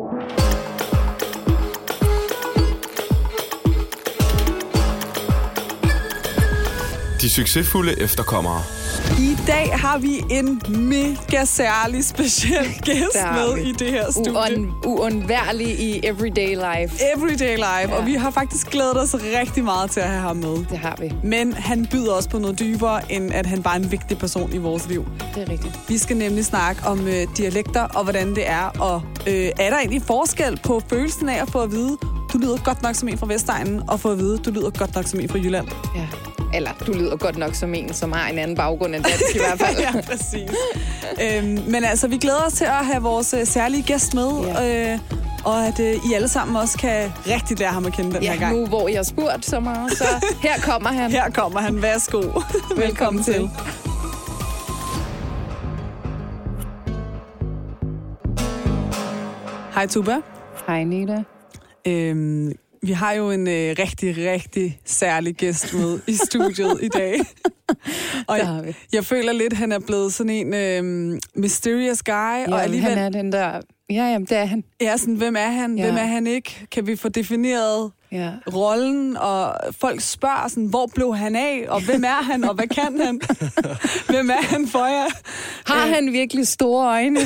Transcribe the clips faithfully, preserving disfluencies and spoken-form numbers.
De succesfulde efterkommere. I dag har vi en mega særlig speciel gæst med i det her studie. Uund- uundværlig i everyday life. Everyday life, ja. Og vi har faktisk glædet os rigtig meget til at have ham med. Det har vi. Men han byder også på noget dybere, end at han bare er en vigtig person i vores liv. Det er rigtigt. Vi skal nemlig snakke om øh, dialekter og hvordan det er. Og øh, er der egentlig forskel på følelsen af at få at vide, du lyder godt nok som en fra Vestegnen, og få at vide, du lyder godt nok som en fra Jylland? Ja. Eller du lyder godt nok som en, som har en anden baggrund end dansk i hvert fald. Ja, præcis. øhm, men altså, vi glæder os til at have vores uh, særlige gæst med, ja. øh, og at uh, I alle sammen også kan rigtig lære ham at kende den ja, her gang. Nu hvor I har spurgt så meget, så her kommer han. Her kommer han. Værsgo. Velkommen, Velkommen til. til. Hej Tuba. Hej Nita. Øhm, Vi har jo en øh, rigtig, rigtig særlig gæst med i studiet i dag. Og jeg, vi. jeg føler lidt, at han er blevet sådan en øh, mysterious guy. Ja, og alligevel, han er den der... Ja, jamen, det er han. Ja, sådan, hvem er han? Ja. Hvem er han ikke? Kan vi få defineret ja. rollen? Og folk spørger sådan, hvor blev han af? Og hvem er han? Og hvad kan han? Hvem er han for jer? Har øh. han virkelig store øjne?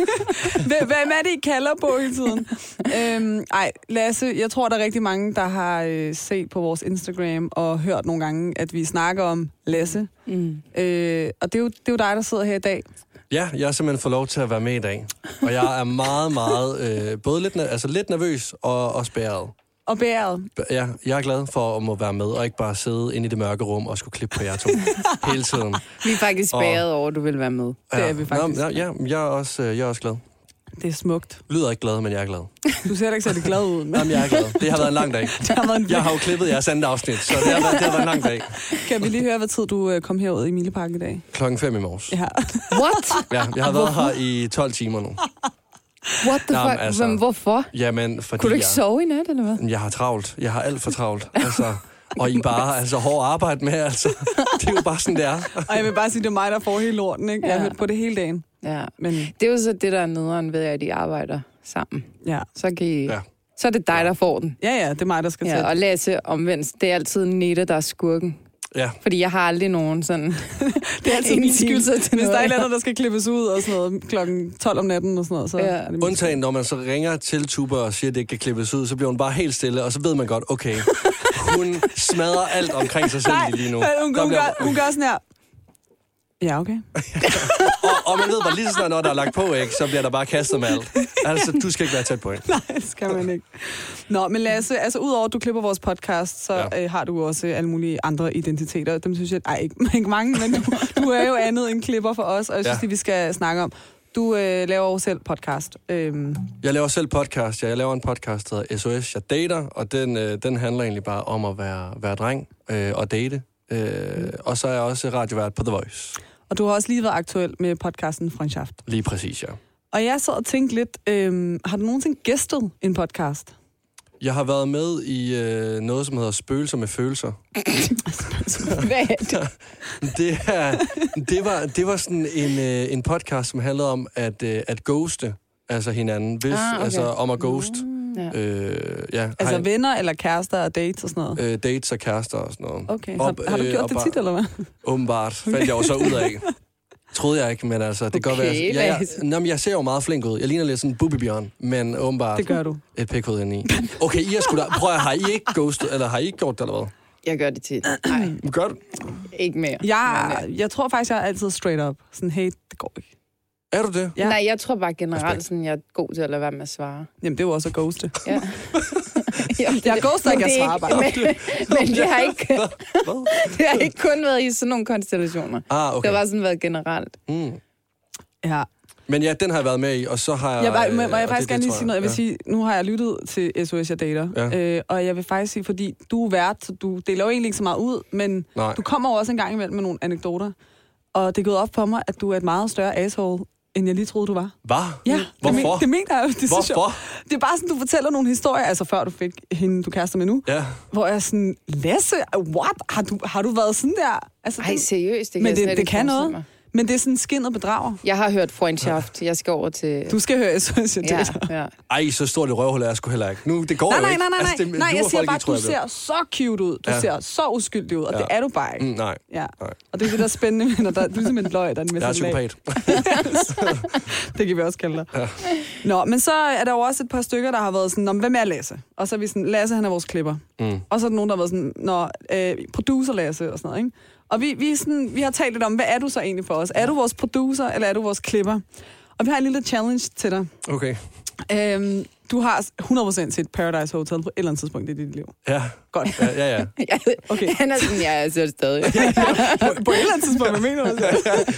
Hvem er det, I kalder på hele tiden? øhm, ej, Lasse, jeg tror, der er rigtig mange, der har øh, set på vores Instagram og hørt nogle gange, at vi snakker om Lasse. Mm. Øh, og det er, jo, det er jo dig, der sidder her i dag. Ja, jeg har simpelthen fået lov til at være med i dag. Og jeg er meget, meget, øh, både lidt, altså lidt nervøs og, og spærret. Og bæret. Ja, jeg er glad for at må være med, og ikke bare sidde inde i det mørke rum og skulle klippe på jer to hele tiden. Vi er faktisk spærret over, at du vil være med. Ja, det er vi faktisk. Nå, ja, jeg er, også, jeg er også glad. Det er smukt. Lyder ikke glad, men jeg er glad. Du ser ikke så glad ud. Men... Jamen, jeg er glad. Det har været en lang dag. har været en... Jeg har jo klippet jeres andet afsnit, så det har, været, det har været en lang dag. Kan vi lige høre, hvad tid du kom herud i Mileparken i dag? Klokken fem i morges. Ja. What? Ja, jeg har været her i tolv timer nu. What the Jamen, fuck? altså, Men hvorfor? Jamen, fordi Kunne du ikke jeg, sove i nat, eller hvad? Jeg har travlt. Jeg har alt for travlt. Altså... Og I bare altså hårdt arbejde med, altså. Det er jo bare sådan, det er. Og jeg vil bare sige, det er mig, der får hele lorten, ikke? Jeg har hørt på det hele dagen. Ja, men det er jo så det, der er nederen ved, at de arbejder sammen. Ja. Så kan I... Ja. Så er det dig, der får den. Ja, ja, det er mig, der skal ja, til. Og Lasse omvendt, det er altid Nita, der er skurken. Ja. Fordi jeg har aldrig nogen sådan... det er altid min skyld. Hvis der er et eller andet, der skal klippes ud og sådan noget klokken tolv om natten og sådan noget, så... Ja. Er det undtagen, når man så ringer til Tuba og siger, at det ikke kan klippes ud, så bliver hun bare helt stille, og så ved man godt, okay, hun smadrer alt omkring sig selv Nej, lige nu. hun, hun, bliver... gør, hun gør sådan her. Ja, okay. og, og man ved bare lige sådan, når der er lagt på, ikke, så bliver der bare kastet med alt. Altså, du skal ikke være tæt på hende. Nej, det skal man ikke. Nå, men Lasse, altså udover at du klipper vores podcast, så ja. øh, har du også alle mulige andre identiteter. Dem synes jeg, ej, ikke, ikke mange, men du, du er jo andet end klipper for os, og jeg synes, ja. det vi skal snakke om. Du øh, laver jo selv podcast. Øhm. Jeg laver selv podcast, ja. Jeg laver en podcast, der hedder S O S, jeg dater, og den, øh, den handler egentlig bare om at være, være dreng øh, og date. Øh, mm. Og så er jeg også radiovært på The Voice. Og du har også lige været aktuel med podcasten Freundschaft. Lige præcis, ja. Og jeg sad og tænkte lidt, øh, har du nogensinde gæstet en podcast? Jeg har været med i øh, noget, som hedder Spøgelser med følelser. Hvad er det? det, er, det, var, det var sådan en, øh, en podcast, som handlede om at, øh, at ghoste altså hinanden. Hvis, ah, okay. Altså om at ghost. Mm, ja. Øh, ja, altså jeg, venner eller kærester og dates og sådan noget? Øh, dates og kærester og sådan noget. Okay, har, har du gjort øh, det tit, eller hvad? Åbenbart, fandt jeg jo så ud af. Troede jeg ikke, men altså, det okay, kan godt være... Ja, jeg, nå, men jeg ser jo meget flink ud. Jeg ligner lidt sådan en Bubi-bjørn, men åbenbart... Det gør du. Et pikhoved indeni. Okay, I er sgu da... Prøv at, har I ikke ghostet, eller har I ikke gjort det, eller hvad? Jeg gør det tit. Nej. Gør du? Ikke mere. Jeg, men, jeg tror faktisk, jeg er altid straight up. Sådan, hey, det går ikke. Er du det? Ja. Nej, jeg tror bare generelt, sådan, jeg er god til at lade være med at svare. Jamen, det er jo også at ghoste. Ja. Jamen, jeg ghoster ikke at svare bare. Men, men det, har ikke, det har ikke kun været i sådan nogle konstellationer. Ah, okay. Det har bare sådan været generelt. Mm. Ja. Men ja, den har jeg været med i, og så har jeg... jeg bare, må, må jeg faktisk det, gerne det, lige sige noget? Jeg vil ja. sige, nu har jeg lyttet til S O S, jeg dater. Ja. Øh, og jeg vil faktisk sige, fordi du er vært, så du deler jo egentlig ikke så meget ud, men Nej. du kommer jo også en gang imellem med nogle anekdoter. Og det er gået op for mig, at du er et meget større asshole, end jeg lige troede, du var. Hvad? Ja, hvorfor? Det, det mener jeg jo. Det hvorfor? Det er bare sådan, du fortæller nogle historier, altså før du fik hende, du kærester med nu, ja. hvor jeg sådan, Lasse, what? Har du, har du været sådan der? Altså, Ej, seriøst? Det men det, det kan noget. Men det er sådan skinnet bedrager. Jeg har hørt Freundschaft. Jeg skal over til... Du skal høre Societeter. Ja, ja. Ej, så stort et røvhul er jeg sgu heller ikke. Nu, det går nej, jo nej, ikke. Nej, nej, nej. Altså, det, nej jeg siger bare, at du ser så cute ud. Du ja. ser så uskyldig ud, og ja. det er du bare ikke. Mm, nej. Ja. nej. Og det er det, der er spændende, når der, du er ligesom en løg, der er en Jeg er psykopat. Det kan vi også kalde dig. Ja. Nå, men så er der jo også et par stykker, der har været sådan, hvem er Lasse? Og så er vi sådan, Lasse, han er vores klipper. Mm. Og så er der nogen, der har været sådan, nå, øh, producer Lasse og sådan noget, ikke? Og vi, vi, er sådan, vi har talt lidt om, hvad er du så egentlig for os? Er du vores producer, eller er du vores klipper? Og vi har en lille challenge til dig. Okay. Øhm, du har hundrede procent set Paradise Hotel på et eller andet tidspunkt i dit liv. Ja. Godt. Ja, ja. ja. Okay. Han er sådan, ja, jeg ser det stadig. på, på et eller andet tidspunkt, hvad mener du?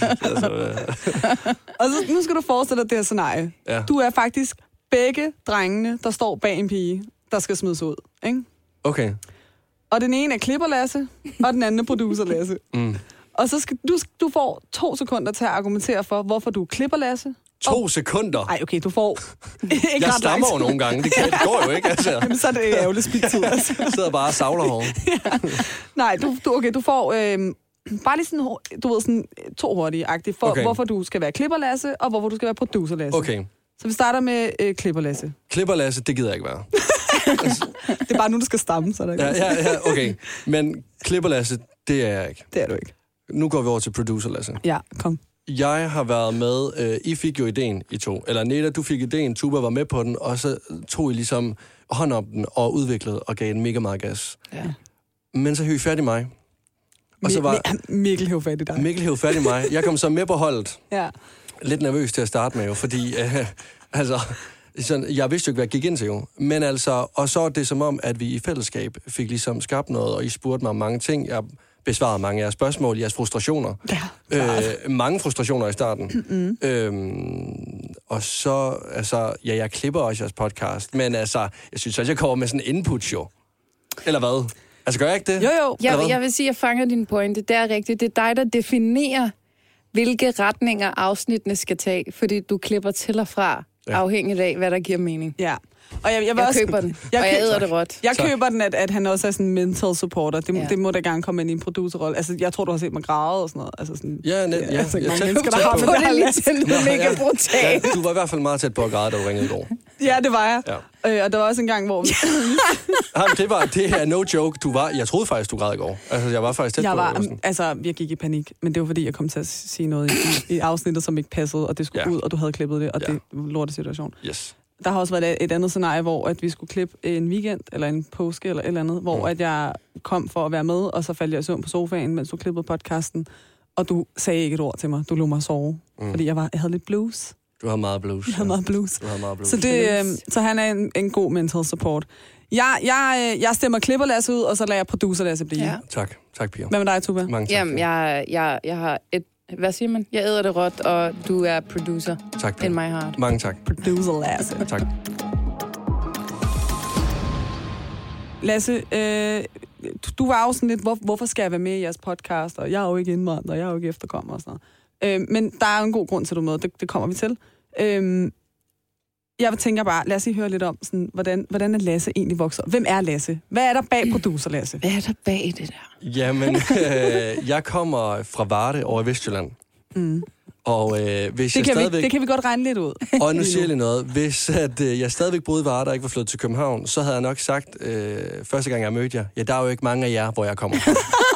Og så, nu skal du forestille dig det her scenarie. Ja. Du er faktisk begge drengene, der står bag en pige, der skal smides ud. Ikke? Okay. Og den ene er klipper Lasse, og den anden er producer Lasse. Mm. Og så skal du, du får to sekunder til at argumentere for, hvorfor du klipper Lasse. To og... sekunder? Nej, okay, du får ikke jeg stammer jo nogle gange, det, kan, det går jo ikke. Altså. Jamen, så er det ærgerligt spildtid. Altså. Jeg sidder bare og savler hårdt. ja. Nej, du, du, okay, du får øh, bare lige sådan, du ved, sådan to hurtige-agtigt, for okay. hvorfor du skal være klipper Lasse, og hvorfor du skal være producer Lasse. Okay. Så vi starter med øh, klipper Lasse. Klipper Lasse, det gider jeg ikke være. Det er bare nu, du skal stamme, så der ikke. Ja, ja, ja, okay. Men klipper Lasse, det er jeg ikke. Det er du ikke. Nu går vi over til producer Lasse. Ja, kom. Jeg har været med, øh, I fik jo ideen, I to. Eller Neda, du fik ideen, Tuba var med på den, og så tog I ligesom hånd om den og udviklede og gav den mega meget gas. Ja. Men så hævde I fat i mig. Og så var Mikkel hævde fat i dig. Mikkel hævde fat i mig. Jeg kom så med på holdet. Ja. Lidt nervøs til at starte med jo, fordi øh, altså, sådan, jeg vidste jo ikke, hvad jeg gik ind til jo. Men altså, og så er det som om, at vi i fællesskab fik ligesom skabt noget, og I spurgte mig om mange ting. Jeg besvarede mange af jeres spørgsmål, jeres frustrationer. Ja, øh, mange frustrationer i starten. Mm-hmm. Øhm, og så, altså, ja, jeg klipper også jeres podcast, men altså, jeg synes også, jeg kommer med sådan en input jo. Eller hvad? Altså, gør jeg ikke det? Jo, jo. Jeg, jeg vil sige, at jeg fanger din pointe. Det er rigtigt. Det er dig, der definerer, hvilke retninger afsnittene skal tage, fordi du klipper til og fra, ja. Afhængigt af, hvad der giver mening. Ja. Og jeg, jeg, jeg også, køber den, jeg og jeg køber, æder det råt. Jeg så. køber den, at, at han også er sådan en mental supporter. Det, ja. det må da gerne komme ind i en producerrolle. Altså, jeg tror, du har set mig græde og sådan noget. Altså, sådan, ja, net, ja. Altså, ja, mange tæt, mennesker, der tæt har på. med det lige til det er mega brutalt. Ja, du var i hvert fald meget tæt på at græde, da du ringede i går. Ja, det var jeg. Ja. Øh, og der var også en gang, hvor... Jamen, det var, det er no joke. Du var, jeg troede faktisk, du græd i går. Altså, jeg var faktisk tæt jeg på. Var, altså, jeg gik i panik, men det var fordi, jeg kom til at sige noget i, i afsnittet, som ikke passede, og det skulle ja. ud, og du havde klippet det, og ja. det var en lortesituation. Yes. Der har også været et andet scenarie, hvor at vi skulle klippe en weekend, eller en påske, eller et eller andet, hvor mm. at jeg kom for at være med, og så faldt jeg i søvn på sofaen, mens du klippede podcasten, og du sagde ikke et ord til mig. Du lå mig sove, mm. fordi jeg, var, jeg havde lidt blues. Du har meget blues. Jeg havde meget blues. Du har meget blues. Så, det, øh, så han er en, en god mental support. Jeg, jeg, jeg stemmer klipper Lasse ud, og så lader jeg producer Lasse blive. Ja. Tak. Tak, Pia. Hvad med dig, Tuba? Mange tak. Jamen, jeg, jeg, jeg har et... Hvad siger man? Jeg æder det råt, og du er producer. Tak, Pia. In my heart. Mange tak. Producer Lasse. Tak. Lasse, øh, du var jo sådan lidt, hvor, hvorfor skal jeg være med i jeres podcast, og jeg er jo ikke indvandrer, jeg er jo ikke efterkommer og sådan noget. Øh, men der er jo en god grund til, at du er med, det, det kommer vi til. Øh, jeg tænker bare, lad os lige høre lidt om, sådan, hvordan, hvordan er Lasse egentlig vokset? Hvem er Lasse? Hvad er der bag producer Lasse? Hvad er der bag det der? Jamen, øh, jeg kommer fra Varde over i Vestjylland. Mm. Og øh, hvis det, jeg kan stadigvæk... vi, det kan vi godt regne lidt ud. Og nu siger jeg lige noget. Hvis at, øh, jeg stadigvæk boede i Varde og ikke var flyttet til København, så havde jeg nok sagt, øh, første gang jeg mødte jer, ja, der er jo ikke mange af jer, hvor jeg kommer fra.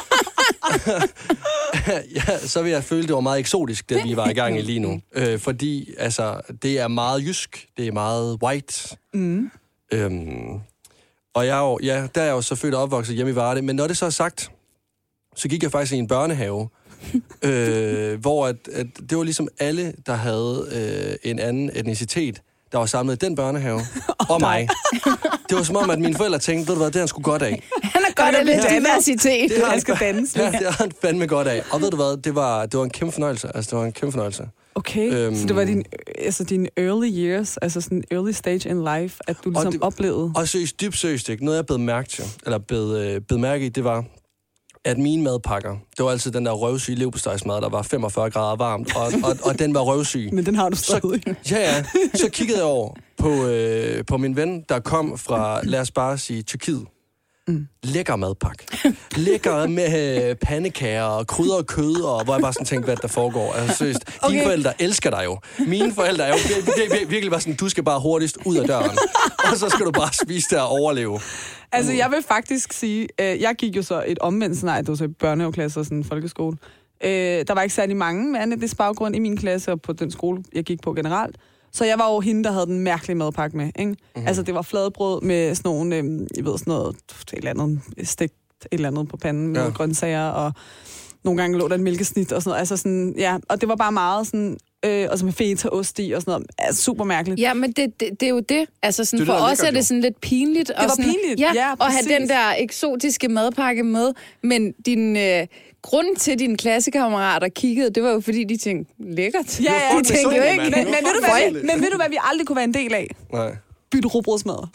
Ja, så vil jeg føle, det var meget eksotisk, det vi var i gang i lige nu. Øh, fordi, altså, det er meget jysk, det er meget white. Mm. Øhm, og jeg er jo, ja, der er jeg jo så født og opvokset hjemme i Varde, men når det så er sagt, så gik jeg faktisk i en børnehave, øh, hvor at, at det var ligesom alle, der havde øh, en anden etnicitet, der var samlet i den børnehave, og mig. Det var som om, at mine forældre tænkte, ved du hvad, det han skulle godt af. Han er godt af lidt diversitet. Det han skal danse. Ja, det har han fandme godt af. Og ved du hvad, det var, det var en kæmpe fornøjelse. Altså, det var en kæmpe fornøjelse. Okay, øhm, så det var din, altså dine early years, altså sådan early stage in life, at du ligesom det, oplevede. Og seriøst, dybt seriøst, ikke? Noget jeg blev mærke til, eller blev, øh, blev mærke i, det var, at mine madpakker, det var altid den der røvsyge leverpostejsmad, der var femogfyrre grader varmt, og, og, og den var røvsyg. Men den har du stadig. Så, ja, ja. Så kiggede jeg over på, øh, på min ven, der kom fra, lad os bare sige, Tyrkiet. Mm. Lækker madpakke. Lækker med øh, pandekager og krydder og kød, og hvor jeg bare sådan tænkte, hvad der foregår. Altså seriøst, okay. Dine forældre elsker dig jo. Mine forældre er jo virkelig, virkelig bare sådan, du skal bare hurtigst ud af døren, og så skal du bare spise der og overleve. Altså, jeg vil faktisk sige, øh, jeg gik jo så et omvendt scenarie, det var så i børnehaveklasse og sådan en folkeskole. Øh, der var ikke særlig mange med anden etnisk baggrund i min klasse og på den skole, jeg gik på generelt. Så jeg var jo hende, der havde den mærkelige madpakke med, ikke? Mm-hmm. Altså, det var fladbrød med sådan nogle, øh, jeg ved, sådan noget, et eller andet, stegt et eller andet på panden med ja. grøntsager, og nogle gange lå der en mælkesnit og sådan noget. Altså sådan, ja, og det var bare meget sådan, øh, og så med feta-ost i og sådan noget. Altså, super mærkeligt. Ja, men det, det, det er jo det. Altså sådan, det for os er det sådan lidt pinligt. Det var sådan, pinligt, ja, ja, og have den der eksotiske madpakke med, men din... Øh, grunden til, at dine klassekammerater kiggede, det var jo fordi, de tænkte, lækkert. Ja, ja, de tænkte jo ikke. Men, men, ved du, hvad, vi, men ved du, hvad vi aldrig kunne være en del af? Nej. Bytte rugbrødsmadder.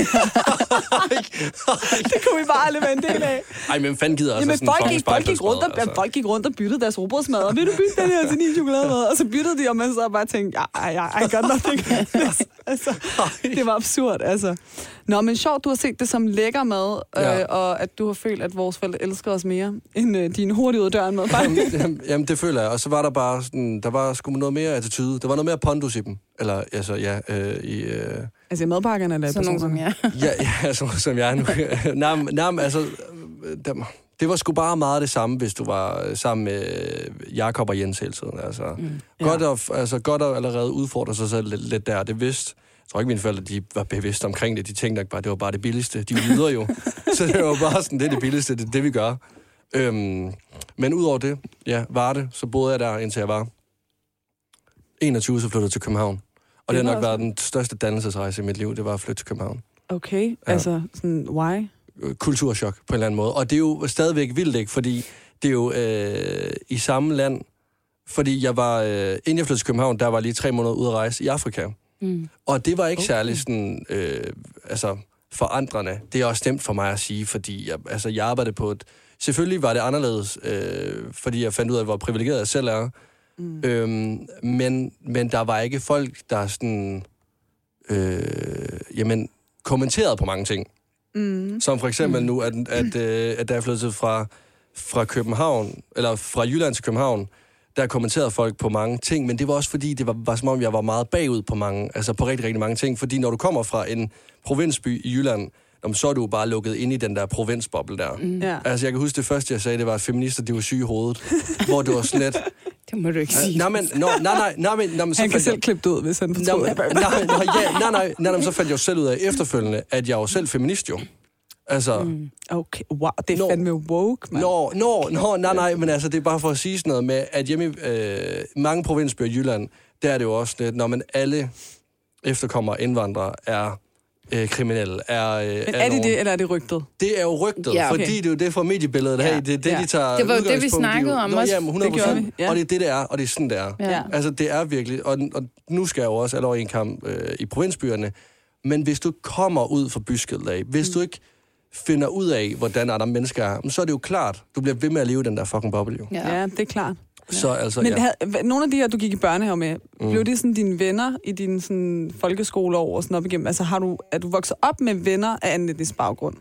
Det kunne vi bare aldrig være en del af. Ej, men fanden gider altså sådan folk gik, folk gik rundt og, altså. folk gik rundt og byttede deres rugbrødsmadder. Vil du bytte den her til ni chokolademad? Og så byttede de, og man så bare tænkte, ja, ja, I got nothing. Altså, det var absurd, altså. Nå, men sjovt, du har set det som lækker mad, ja. øh, og at du har følt, at vores forældre elsker os mere, end øh, dine hurtigt ud af døren mad. Jamen, jamen, det føler jeg. Og så var der bare sådan, der var sgu noget mere attitude. Der var noget mere pondus i dem. Eller, altså, ja, øh, i... Øh... Altså i madpakkerne, eller sådan nogen som jeg. ja, ja, sådan som jeg nu. nej, nej, altså... Der, det var sgu bare meget det samme, hvis du var sammen med Jakob og Jens hele tiden. Altså, mm. godt, ja. at, altså, godt at allerede udfordre sig selv lidt, lidt der. Det vidste... Jeg tror ikke, mine forældre de var bevidste omkring det. De tænkte ikke bare, det var bare det billigste. De yder jo. Så det var bare sådan, det er det billigste, det er det, vi gør. Øhm, men udover det, ja, var det, så boede jeg der, indtil jeg var enogtyve, så flyttede jeg til København. Og det, det har nok været den største dannelsesrejse i mit liv, det var at flytte til København. Okay, ja. Altså sådan, why? Kulturschok på en eller anden måde. Og det er jo stadigvæk vildt, ikke? Fordi det er jo øh, i samme land, fordi jeg var, øh, inden jeg flyttede til København, der var lige tre måneder ude at rejse i Afrika. Mm. Og det var ikke okay. særlig sådan, øh, altså, forandrende. Det er også nemt for mig at sige, fordi jeg, altså, jeg arbejdede på et... Selvfølgelig var det anderledes, øh, fordi jeg fandt ud af, hvor privilegeret jeg selv er. Mm. Øhm, men, men der var ikke folk, der sådan... Øh, jamen, kommenterede på mange ting. Mm. Som for eksempel mm. nu, at, at, øh, at da jeg flyttede fra, fra København, eller fra Jylland til København, der kommenterede folk på mange ting, men det var også fordi, det var, var som om, jeg var meget bagud på mange, altså på rigtig, rigtig mange ting. Fordi når du kommer fra en provinsby i Jylland, så er du bare lukket ind i den der provinsboble der. Mm. Ja. Altså, jeg kan huske det første, jeg sagde, det var, at feminister, de var syge i hovedet. Hvor det var sådan lidt... Det må du ikke sige. Nej, men... Nej, nej, nej, nej, nej, han kan selv klippe det ud, hvis han forstår det. Nej, nej, nej, nej, nej, så fandt jeg jo selv ud af efterfølgende, at jeg var selv feminist jo. Altså... Mm. Okay, wow, det er fandme woke, mand. Nå, nå, nå, nej, nej, men altså, det er bare for at sige sådan noget med, at hjemme i øh, mange provinsbyer i Jylland, der er det jo også lidt, når man alle efterkommere indvandrere er øh, kriminelle. Er, øh, men er, er det nogen... det, eller er det rygtet? Det er jo rygtet, ja, okay. Fordi det er jo det fra mediebilledet, ja. Hey, det er det, ja. de tager det var jo det, vi snakkede om Nå, også. Jamen, hundrede procent. Det gjorde vi, ja. Og det er det, det er, og det er sådan, det er. Ja. Altså, det er virkelig, og, og nu skal jeg jo også alle over en kamp øh, i provinsbyerne, men hvis du kommer ud fra byskildet af, hvis mm. du ikke finder ud af, hvordan andre mennesker er, så er det jo klart, du bliver ved med at leve den der fucking boble, jo. Ja, ja det er klart. Så, altså, men ja. havde, nogle af de her, du gik i børnehave med, mm. blev de sådan dine venner i din sådan, folkeskoleår og sådan op igennem? Altså, har du, er du vokset op med venner af anden etnisk baggrund?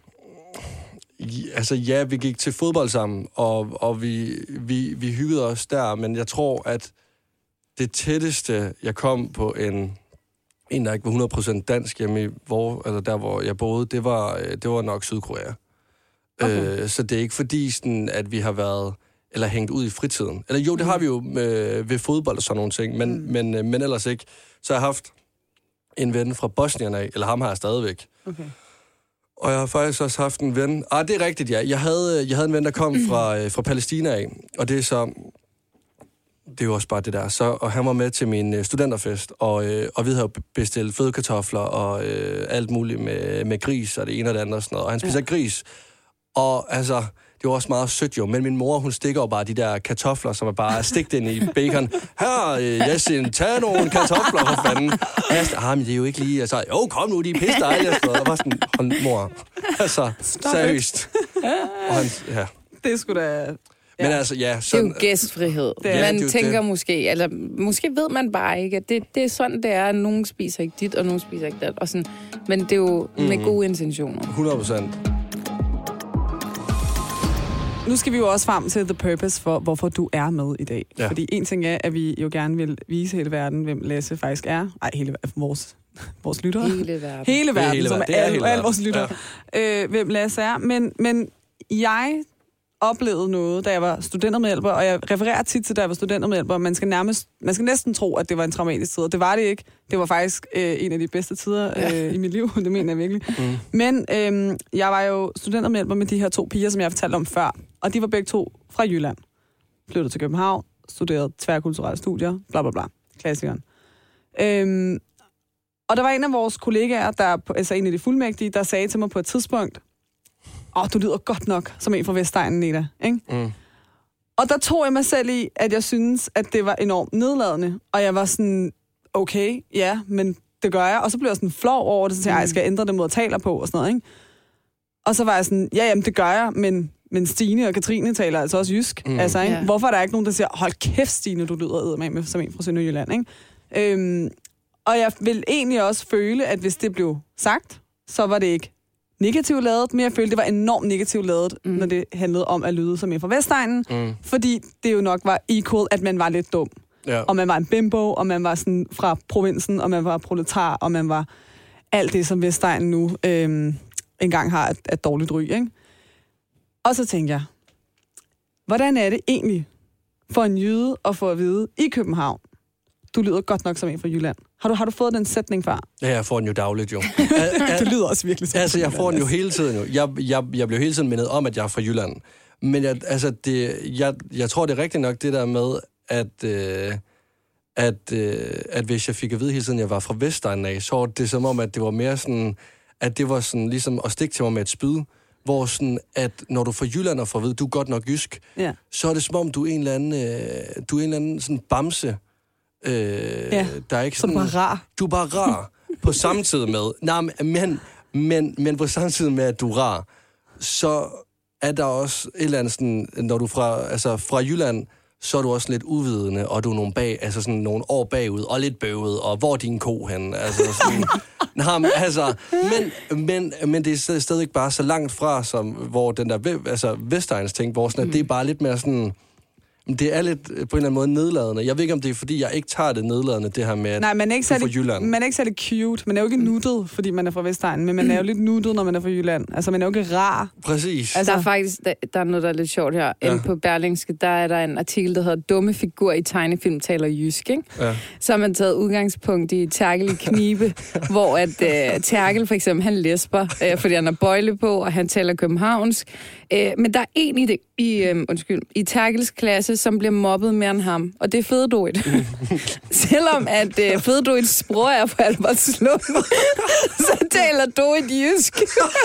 Ja, altså, ja, vi gik til fodbold sammen, og, og vi, vi, vi hyggede os der, men jeg tror, at det tætteste, jeg kom på en, en der ikke var hundrede procent dansk hjemme i, hvor, altså der, hvor jeg boede, det var, det var nok Sydkorea. Okay. Øh, så det er ikke fordi, sådan, at vi har været... eller hængt ud i fritiden. Eller jo, det har vi jo øh, ved fodbold og sådan nogle ting, men, mm. men, øh, men ellers ikke. Så jeg har haft en ven fra Bosnien af, eller ham har jeg stadigvæk. Okay. Og jeg har faktisk også haft en ven... Ah, det er rigtigt, ja. Jeg havde, jeg havde en ven, der kom fra, øh, fra Palæstina af, og det er så... Det er jo også bare det der. Så, og han var med til min øh, studenterfest, og, øh, og vi havde bestilt fødekartofler og øh, alt muligt med, med gris og det ene og det andet og sådan noget. Og han spiser ja. gris. Og altså... Det var også meget sødt jo, men min mor, hun stikker jo bare de der kartofler, som er bare stigt ind i bacon. Her, øh, Jessin, tag nogle kartofler, for fanden. Og jeg sagde, ah, men det er jo ikke lige... Jeg sagde, jo, kom nu, de er pisse dejlige. Og bare sådan, hold mor. Altså, Stop seriøst. Og han, ja. Det er sgu da... Ja. Men altså, ja... Sådan, det er jo gæstfrihed. Det er, man det er tænker det. måske, eller måske ved man bare ikke, at det, det er sådan, det er, at nogen spiser ikke dit, og nogen spiser ikke det. Og sådan, men det er jo mm. med gode intentioner. hundrede procent. nu skal vi jo også frem til the purpose for, hvorfor du er med i dag. Ja. Fordi en ting er, at vi jo gerne vil vise hele verden, hvem Lasse faktisk er. Ej, hele vores, vores lyttere. Hele verden. Hele verden, hele som er, verden. er alle, alle vores lyttere. Ja. Øh, hvem Lasse er. Men, men jeg oplevede noget, da jeg var studentermedhjælper, og jeg refererer tit til, da jeg var studentermedhjælper, man skal nærmest, man skal næsten tro, at det var en traumatisk tid, og det var det ikke. Det var faktisk øh, en af de bedste tider øh, i mit liv, det mener jeg virkelig. Mm. Men øh, jeg var jo studentermedhjælper med de her to piger, som jeg fortalte om før, og de var begge to fra Jylland. Flyttede til København, studerede tværkulturelle studier, bla bla bla, klassikeren. Øh, og der var en af vores kollegaer, der, altså en af de fuldmægtige, der sagde til mig på et tidspunkt, åh, oh, du lyder godt nok som en fra Vestegnen, Neda, ikke? Mm. Og der tog jeg mig selv i, at jeg synes, at det var enormt nedladende. Og jeg var sådan, okay, ja, men det gør jeg. Og så blev jeg sådan flov over det, så tænkte jeg, jeg skal ændre det måde, jeg taler på og sådan noget, ikke? Og så var jeg sådan, ja, jamen det gør jeg, men, men Stine og Katrine taler altså også jysk. Mm. Altså, ikke? Yeah. Hvorfor er der ikke nogen, der siger, hold kæft, Stine, du lyder eddermame som en fra Sønderjylland, ikke? Øhm, og jeg vil egentlig også føle, at hvis det blev sagt, så var det ikke negativt ladet, men jeg følte, det var enormt negativt ladet, mm. når det handlede om at lyde som en fra Vestegnen, mm. fordi det jo nok var equal, at man var lidt dum. Ja. Og man var en bimbo, og man var sådan fra provinsen, og man var proletar, og man var alt det, som Vestegnen nu øhm, engang har et, et dårligt ry, ikke? Og så tænkte jeg, hvordan er det egentlig for en jyde at få at vide i København, du lyder godt nok som en fra Jylland. Har du, har du fået den sætning før? Ja, jeg får den jo dagligt, jo. Det lyder også virkelig som altså, jeg får den jo hele tiden, jo. Jeg, jeg, jeg bliver hele tiden mindet om, at jeg er fra Jylland. Men jeg, altså, det, jeg, jeg tror, det er rigtigt nok det der med, at, øh, at, øh, at hvis jeg fik at vide hele tiden, at jeg var fra Vestegnen af, så var det som om, at det var mere sådan, at det var sådan ligesom at stikke til mig med et spyd, hvor sådan, at når du er fra Jylland og får at vide, du er godt nok jysk, ja. Så er det som om, du er en eller anden, øh, du er en eller anden sådan bamse. Øh, ja, der er ikke sådan, sådan, du er bare rar. Du er bare rar på samme tid med. Nej, men, men, men på samme tid med, at du er rar, så er der også et eller andet sådan, når du er fra, altså fra Jylland, så er du også lidt uvidende, og du er nogle, bag, altså sådan nogle år bagud, og lidt bøvet, og hvor er din ko hen? Altså sådan, nej, men, altså, men, men, men det er stadig ikke bare så langt fra, som hvor den der altså, Vestegns ting, hvor sådan, at det er bare lidt mere sådan, det er lidt på en eller anden måde nedladende. Jeg ved ikke, om det er, fordi jeg ikke tager det nedladende, det her med, at Nej, man er ikke du er fra Jylland. Man er ikke særlig cute. Man er jo ikke nuttet, fordi man er fra Vestegnen, men man er jo lidt nuttet, når man er fra Jylland. Altså, man er jo ikke rar. Præcis. Altså, der er faktisk der, der er noget, der er lidt sjovt her. Ja. Inde på Berlingske, der er der en artikel, der hedder Dumme figur i tegnefilm taler jysk, ikke? Ja. Så har man taget udgangspunkt i Terkel i Knibe, hvor at uh, Terkel for eksempel, han lesber, uh, fordi han har bøjle på, og han taler københavnsk. Uh, men der er en i, det, i, um, undskyld, i Terkels klasse, som bliver mobbet mere end ham, og det er Fededoit. Selvom at uh, Fededoits bror er fra Albertslund, så taler Doit jysk.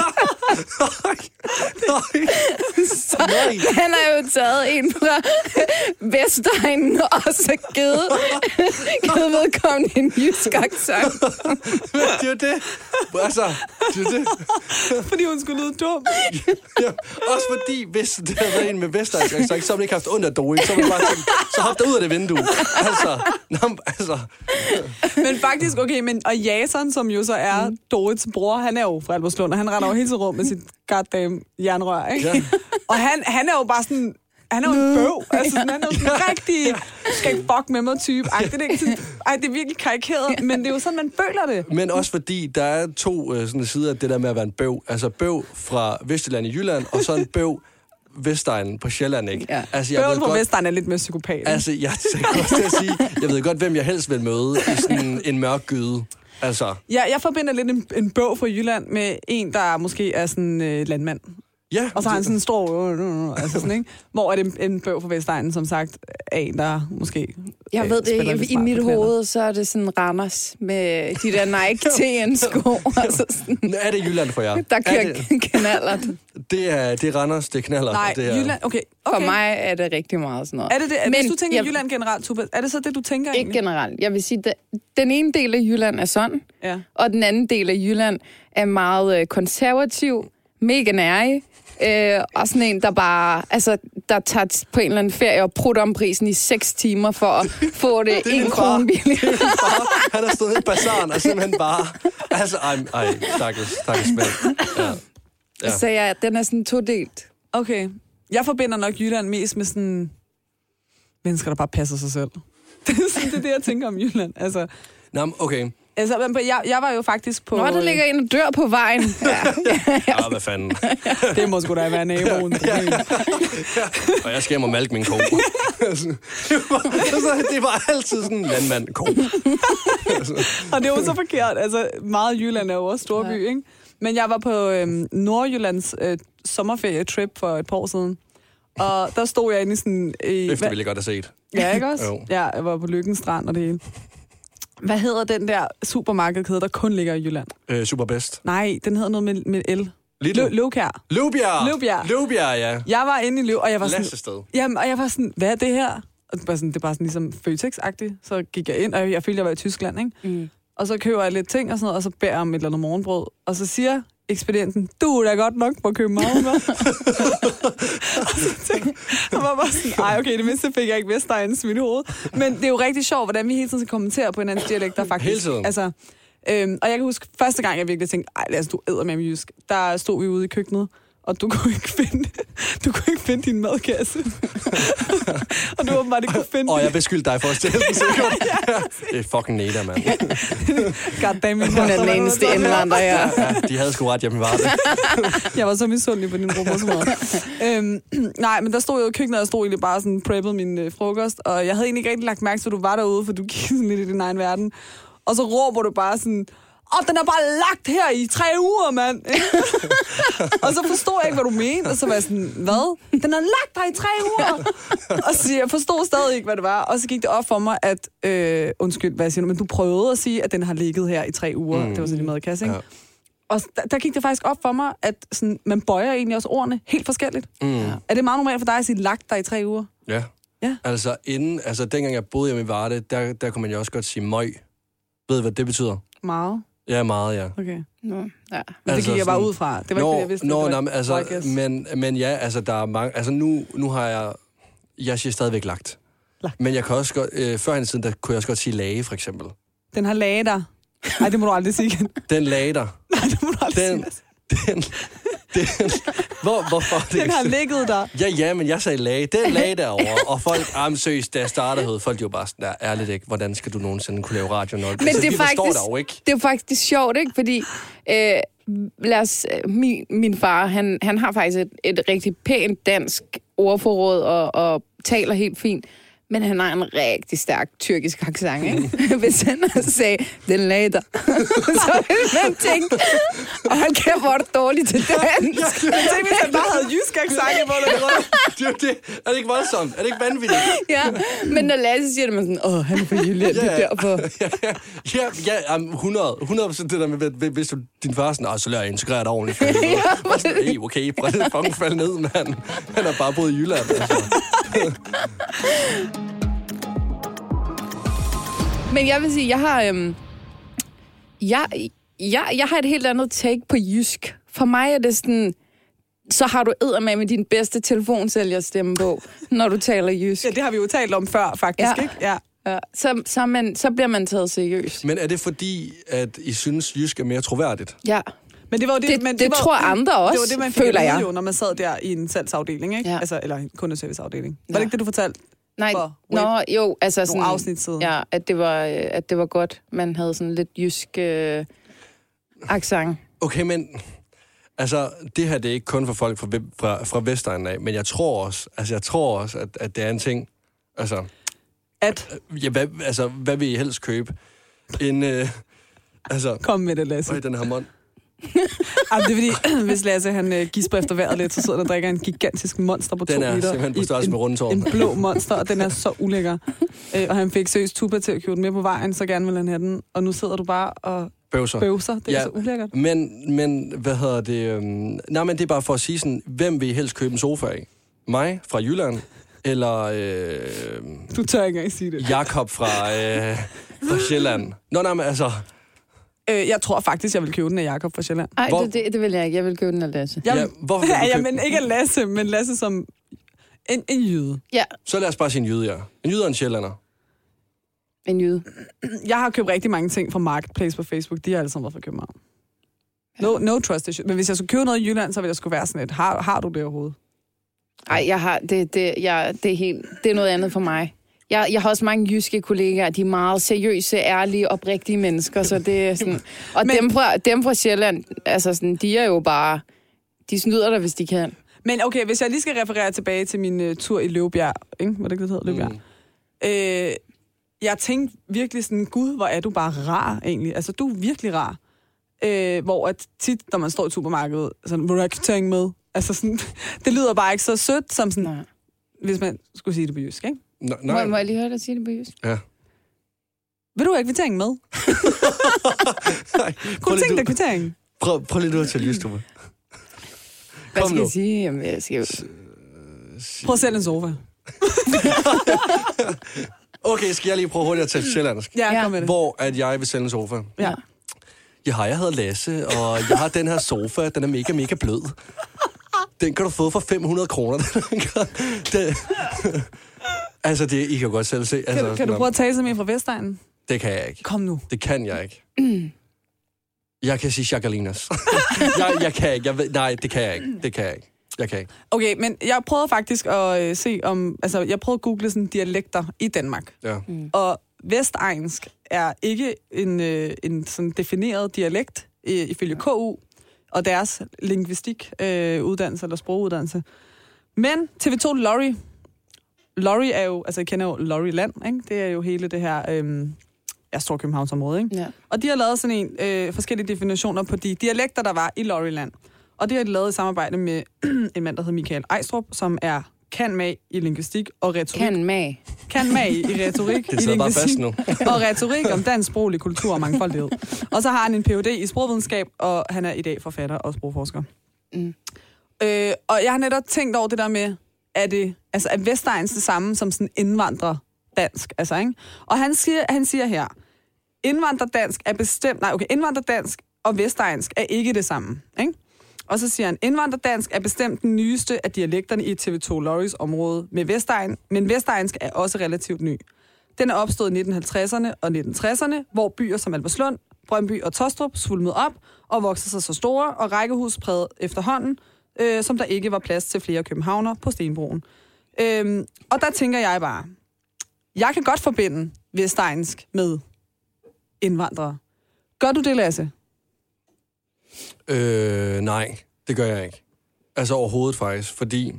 Så han har jo taget en fra Vestegnen og så givet, givet vedkommende en jysk accent. Det er jo det. Altså, det er det. Fordi hun skulle lyde dum. Ja, også fordi, hvis det havde været en med Vestegns accent, så havde man ikke haft ondt af Doit, så man bare tænkt, så hop der ud af det vindue. Altså, nå, altså. Men faktisk, okay, men, og Jason, som jo så er mm. Dorits bror, han er jo fra Albertslund, og han render jo hele tiden rum med sit goddamn jernrør, ikke? Ja. Og han, han er jo bare sådan, han er jo en bøv. Altså, sådan, han er jo sådan en rigtig, skal ikke fuck med mig type. Ej, det er, ikke sådan, ej, det er virkelig karikeret, men det er jo sådan, man føler det. Men også fordi, der er to uh, sådan sider af det der med at være en bøv. Altså bøv fra Vestjylland i Jylland, og så en bøv Vestegnen på Sjælland, ikke? Ja. Altså, jeg Bøven på godt, Vestegnen er lidt mere psykopat. Altså, jeg, jeg, også til at sige, jeg ved godt, hvem jeg helst vil møde i sådan en mørk gyde. Altså. Ja, jeg forbinder lidt en, en bøv fra Jylland med en, der måske er sådan øh, landmand. Ja. Og så har han sådan en stor, øh, altså sådan, ikke? Hvor er det en bøv fra Vestegnen, som sagt, er en, der måske... Jeg øh, ved det ikke. I mit hoved, så er det sådan Randers med de der Nike T N-sko. Altså sådan. Er det Jylland for jer? Der kører knallert. Det er, det er Randers, det er knallert. Nej, det er... Jylland, okay. okay. For mig er det rigtig meget sådan noget. Er det det? Men, hvis du tænker jeg... Jylland generelt, Tuba, er det så det, du tænker ikke egentlig? Ikke generelt. Jeg vil sige, at den ene del af Jylland er sådan, ja. Og den anden del af Jylland er meget konservativ, mega nærig, Øh, og sådan en, der bare, altså, der tager på en eller anden ferie og prutter om prisen i seks timer for at få det, det en krone billigt. Han har stået i bazaren og simpelthen bare, altså, ej, ej stakkels, stakkels mand. Ja. Ja. Så ja, den er sådan todelt. Okay. Jeg forbinder nok Jylland mest med sådan mennesker, der bare passer sig selv. Det er sådan, det, er det jeg tænker om Jylland. Altså, Nå, okay. Altså, jeg, jeg var jo faktisk på... Nå, der ligger en og dør på vejen. Ja, ja hvad fanden. Det må sgu da være naboen. Ja, ja, ja. Og jeg skal hjem og malke min ko. Det var altid sådan en landmand-ko. Og det var så forkert. Altså, meget Jylland er jo også storby, ja. Ikke? Men jeg var på øhm, Nordjyllands øh, sommerferietrip for et par år siden. Og der stod jeg inde i sådan... Øh, Efter ville jeg godt have set. Ja, ikke også? Jo. Ja, jeg var på Lykken Strand og det hele. Hvad hedder den der supermarkedkæde, der kun ligger i Jylland? Øh, Superbest. Nej, den hedder noget med, med L. Lidl. Løvkær. Løvbjerg. Løvbjerg. Løvbjerg, ja. Jeg var inde i Løv, og jeg var sådan... Læsested. Jamen, og jeg var sådan, hvad er det her? Og det var sådan, det er bare sådan ligesom Føtex-agtigt. Så gik jeg ind, og jeg følte, jeg var i Tyskland, ikke? Mm. Og så køber jeg lidt ting og sådan noget, og så beder jeg om et eller andet morgenbrød. Og så siger ekspedienten, du er da godt nok på København, hva'? Og så tænkte jeg, var bare sådan, ej, okay, det mindste fik jeg ikke Vestegnen smidt i hovedet. Men det er jo rigtig sjovt, hvordan vi hele tiden skal kommentere på hinandens dialekter, faktisk. Hele tiden. Altså, øhm, og jeg kan huske, første gang, jeg virkelig tænkte, ej, lad os du æder med mig jysk. Der stod vi ude i køkkenet, og du kunne ikke finde, du kunne ikke finde din madkasse. Og du åbenbart ikke kunne finde... Og jeg beskyldte dig for at stille den sikkert. Det er fucking neder, mand. Goddammit. Hun er den eneste indlander, ja. Ja, de havde sgu ret, hjemme var det. Jeg var så misundelig på din robotsmad. øhm, nej, men der stod jeg jo i køkkenet, og jeg stod egentlig bare sådan preppede min øh, frokost, og jeg havde egentlig ikke rigtig lagt mærke til, at du var derude, for du gik sådan lidt i din egen verden. Og så råber du bare sådan... Åh, den er bare lagt her i tre uger, mand. Og så forstod jeg ikke, hvad du mente. Og så var jeg sådan, hvad? Den er lagt her i tre uger. Og så jeg forstod stadig ikke, hvad det var. Og så gik det op for mig, at... Øh, undskyld, hvad jeg siger nu, men du prøvede at sige, at den har ligget her i tre uger. Mm. Det var så lige madkasse, ikke? Ja. Og der, der gik det faktisk op for mig, at sådan, man bøjer egentlig også ordene helt forskelligt. Mm. Er det meget normalt for dig at sige, lagt der i tre uger? Ja. Ja. Altså, inden, altså dengang jeg boede hjemme i Varde, der, der kunne man jo også godt sige møg. Ved du, hvad det betyder? Meget. Ja, meget, ja. Okay. Nå, ja. Men det altså, gik jeg bare ud fra. Det var nå, ikke det, jeg vidste. Nå, det var, nej, altså, men, men ja, altså, der er mange... Altså, nu, nu har jeg... Jeg siger stadigvæk lagt. lagt. Men jeg kan også godt... Øh, førhen i tiden, der kunne jeg også godt sige lage, for eksempel. Den har lage dig. Nej, det må du aldrig sige igen. Den lage dig. Nej, det må du aldrig den, sige. Den... Den, hvor, hvorfor det den har ligget der. Ja, ja, men jeg sagde lage. Den lage derovre. Og folk, ah, seriøst, da jeg startede hed, folk jo bare sådan der, ærligt ikke, hvordan skal du nogensinde kunne lave radio nok? Men altså, det, er faktisk, der jo ikke. det er faktisk sjovt, ikke? Fordi, øh, lad os, min, min far, han, han har faktisk et, et rigtig pænt dansk ordforråd og, og taler helt fint. Men han har en rigtig stærk tyrkisk accent, ikke? Hvis han sagde, den lagde dig, så ville man tænke, og han kan være dårlig til dansk. Men tænk, hvis han bare havde jysk accent, hvor der det, det, er det ikke voldsomt? Er det ikke vanvittigt? Ja, men når Lasse siger det, man sådan, åh, han er fra Jylland, det er derfor. Ja, ja, ja, ja hundrede procent det der med, hvis du, din far sådan, så lader jeg integrere dig ordentligt. Ja, og sådan, hey, okay, prøv at fucking falde ned, mand. Han har bare boet i Jylland, altså. Men jeg vil sige, jeg har, øhm, jeg, jeg, jeg har et helt andet take på jysk. For mig er det sådan, så har du eddermame med din bedste telefonsælgerstemme på, når du taler jysk. Ja, det har vi jo talt om før, faktisk, ja. ikke? Ja. Ja. Så, så, man, så bliver man taget seriøst. Men er det fordi, at I synes, jysk er mere troværdigt? Ja. Men det var jo det, det, men det, det var, tror andre også, det var det, man fik føler jeg. Jo, når man sad der i en salgsafdeling, ikke? Ja. Altså, eller en kundeserviceafdeling. Var Ja. det ikke det, du fortalte? Nej, for nå, jo, altså sådan... Nogle afsnit siden. Ja, at det var, at det var godt. Man havde sådan lidt jysk øh, accent. Okay, men... Altså, det her, det er ikke kun for folk fra, fra, fra Vestegnen af, men jeg tror også, altså, jeg tror også, at, at det er en ting, altså... At? Ja, hvad, altså, hvad vil I helst købe? En, øh, altså... Kom med det, Lasse. Øj, den her mund. Jamen, det er fordi, hvis Lasse han øh, gisper efter vejret lidt, så sidder der og drikker en gigantisk monster på den to liter. Den er simpelthen på størrelse med rundetårn. En blå monster, og den er så ulækker. Øh, og han fik seriøst Tuba til at købe den med på vejen, så gerne ville han have den. Og nu sidder du bare og bøvser. bøvser. Det ja, er så ulækkert. Men, men, hvad hedder det? Øhm, nej, men det er bare for at sige sådan, hvem vil I helst købe en sofa af? Mig fra Jylland? Eller... Øh, du tør ikke engang sige det. Jakob fra, øh, fra Sjælland? Nå, nej, men altså... Øh, jeg tror faktisk, jeg vil købe den af Jakob fra Sjælland. Nej, det, det, det vil jeg ikke. Jeg vil købe den af Lasse. Jeg, ja, hvorfor vil du købe... ja, men ikke Lasse, men Lasse som en, en jyde. Ja. Så lad os bare sige en jyde, ja. En jyde og en sjællander. En jyde. Jeg har købt rigtig mange ting fra Marketplace på Facebook. De har alle sammen været fra København. No, no trust issue. Men hvis jeg skulle købe noget i Jylland, så ville jeg skulle være sådan et, har, har du det overhovedet? Ej, jeg har, det, det, jeg, det, er helt, det er noget andet for mig. Jeg, jeg har også mange jyske kollegaer, de er meget seriøse, ærlige, oprigtige mennesker, så det er sådan... Og men, dem, fra, dem fra Sjælland, altså sådan, de er jo bare... De snyder dig, hvis de kan. Men okay, hvis jeg lige skal referere tilbage til min uh, tur i Løvbjerg, ikke? Hvad det, det hedder, Løvbjerg? Mm. Øh, jeg tænkte virkelig sådan, gud, hvor er du bare rar, egentlig. Altså, du er virkelig rar. Øh, hvor at tit, når man står i supermarkedet, sådan, hvor du ikke tænke med. Altså sådan, det lyder bare ikke så sødt, som sådan... Nej. Hvis man skulle sige det på jysk, ikke? Nå, må, må jeg lige høre dig sige det på jysk? Ja. Vil du ikke kvitteringen med? Nej, kunne du tænke dig kvitteringen? Prøv, prøv lidt ud til lys, Tove. Hvad skal jeg sige? Jamen, jeg skal jo... Prøv at sælge en sofa. Okay, skal jeg lige prøve hurtigt at tage sjællandsk? Ja, kom med det. Hvor at jeg vil sælge en sofa? Ja. Ja, hej, jeg hedder Lasse, og jeg har den her sofa, den er mega, mega blød. Den kan du få for fem hundrede kroner. det, altså, det, I kan jo godt selv se. Altså, kan, du, kan du prøve at tage sig med fra Vestegnen? Det kan jeg ikke. Kom nu. Det kan jeg ikke. Mm. Jeg kan sige Chagalinas. jeg, jeg kan ikke. Jeg ved, nej, det kan jeg ikke. Det kan jeg ikke. Jeg kan ikke. Okay, men jeg prøvede faktisk at øh, se om... Altså, jeg prøvede at google sådan dialekter i Danmark. Ja. Mm. Og vestegnsk er ikke en, øh, en sådan defineret dialekt øh, ifølge K U og deres lingvistik øh, uddannelse eller sproguddannelse. Men T V to Lorry, Lorry er jo, altså jeg kender jo Lorryland, ikke? Det er jo hele det her øh, ja, Storkøbenhavns område, ikke? Ja. Og de har lavet sådan en øh, forskellige definitioner på de dialekter, der var i Lorryland. Og det har de lavet i samarbejde med en mand, der hedder Michael Ejstrup, som er kan-mag i lingvistik og retorik. Kan-mag. Kan-mag i retorik, det i lingvistik og retorik om dansk sproglig kultur og mangfoldighed. Og så har han en P H D i sprogvidenskab, og han er i dag forfatter og sprogforsker. Mm. Øh, og jeg har netop tænkt over det der med, er det, altså er vestegns det samme som sådan indvandrerdansk, altså, ikke? Og han siger, han siger her, indvandrerdansk er bestemt, nej okay, indvandrerdansk og vestegns er ikke det samme, ikke? Og så siger han, indvandrerdansk er bestemt den nyeste af dialekterne i T V to Lorrys område med Vestegn, men vestegns er også relativt ny. Den er opstået i nitten halvtredserne og nitten tresserne, hvor byer som Albertslund, Brøndby og Tostrup svulmede op og voksede sig så store, og rækkehus prægede efterhånden, øh, som der ikke var plads til flere københavner på Stenbroen. Øhm, og der tænker jeg bare, jeg kan godt forbinde vestegns med indvandrere. Gør du det, Lasse? Øh, nej, det gør jeg ikke. Altså overhovedet faktisk, fordi...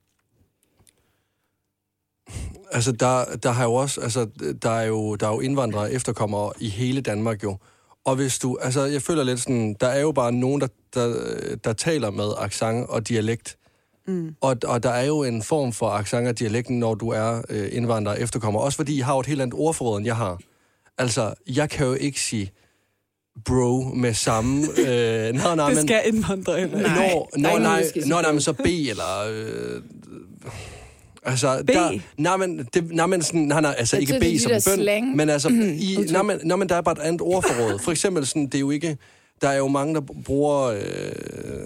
Altså, der, der har jo også... Altså, der er jo, der er jo indvandrere og efterkommere i hele Danmark jo. Og hvis du... Altså, jeg føler lidt sådan... Der er jo bare nogen, der, der, der taler med accent og dialekt. Mm. Og, og der er jo en form for accent og dialekten, når du er øh, indvandrer og efterkommer. Også fordi I har jo et helt andet ordforråd, end jeg har. Altså, jeg kan jo ikke sige... bro med samme... Øh, nå, nej, det men, skal indvandre eller nej. Nå, nå, nej, nå, nej, men så B, eller... Øh, altså, B? Der, nej, men, det, nej, men sådan... Nej, nej, altså ikke B som bøn, slang. Men altså... I, nej, men, nej, men der er bare et andet ordforråd. For eksempel sådan, det er jo ikke... Der er jo mange, der bruger... Øh,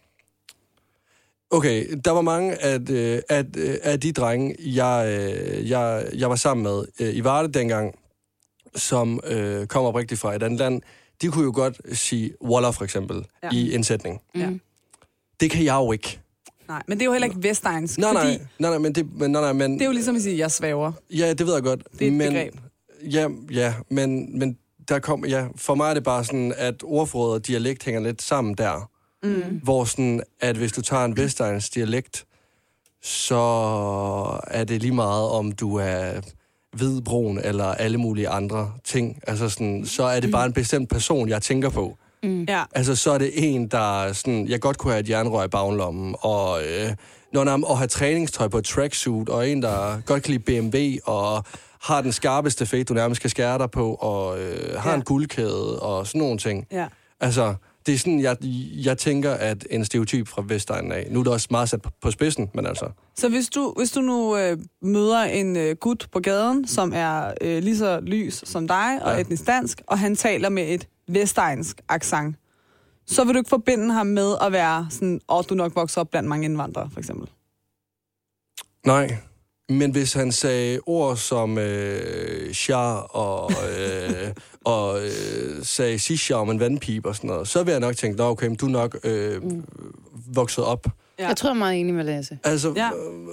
okay, der var mange af, øh, af, af de drenge, jeg, øh, jeg, jeg var sammen med øh, i Varde dengang, som øh, kom oprigtigt fra et andet land, de kunne jo godt sige Waller for eksempel, ja. I en sætning. Ja. Det kan jeg jo ikke. Nej, men det er jo heller ikke vestegns. Nej, nej, fordi nej, nej, men det, men, nej, nej, men... Det er jo ligesom at sige, jeg svæver. Ja, det ved jeg godt. Det er et men, begreb. Ja, ja, men, men der kom, ja, for mig er det bare sådan, at ordforråd og dialekt hænger lidt sammen der. Mm. Hvor sådan, at hvis du tager en vestegns dialekt, så er det lige meget, om du er hvid, brun eller alle mulige andre ting. Altså sådan, så er det bare en bestemt person, jeg tænker på. Mm. Ja. Altså, så er det en, der sådan, jeg godt kunne have et jernrør i baglommen, og, øh, når, og have træningstøj på et tracksuit, og en, der godt kan lide B M W, og har den skarpeste fade, du nærmest kan skære dig på, og øh, har ja. en guldkæde, og sådan nogle ting. Ja. Altså, det er sådan, jeg, jeg tænker, at en stereotyp fra Vestegnen af. Nu er det også meget sat på spidsen, men altså... Så hvis du, hvis du nu øh, møder en øh, gut på gaden, som er øh, lige så lys som dig, og ja. etnisk dansk, og han taler med et vestegns accent, så vil du ikke forbinde ham med at være sådan, åh, du nok vokser op blandt mange indvandrere, for eksempel? Nej. Men hvis han sagde ord som øh, char og, øh, og øh, sagde sisha om en vandpipe og sådan noget, så vil jeg nok tænke, nå okay, men du er nok øh, vokset op Ja. Jeg tror, jeg er meget enig med Lasse. Altså, ja.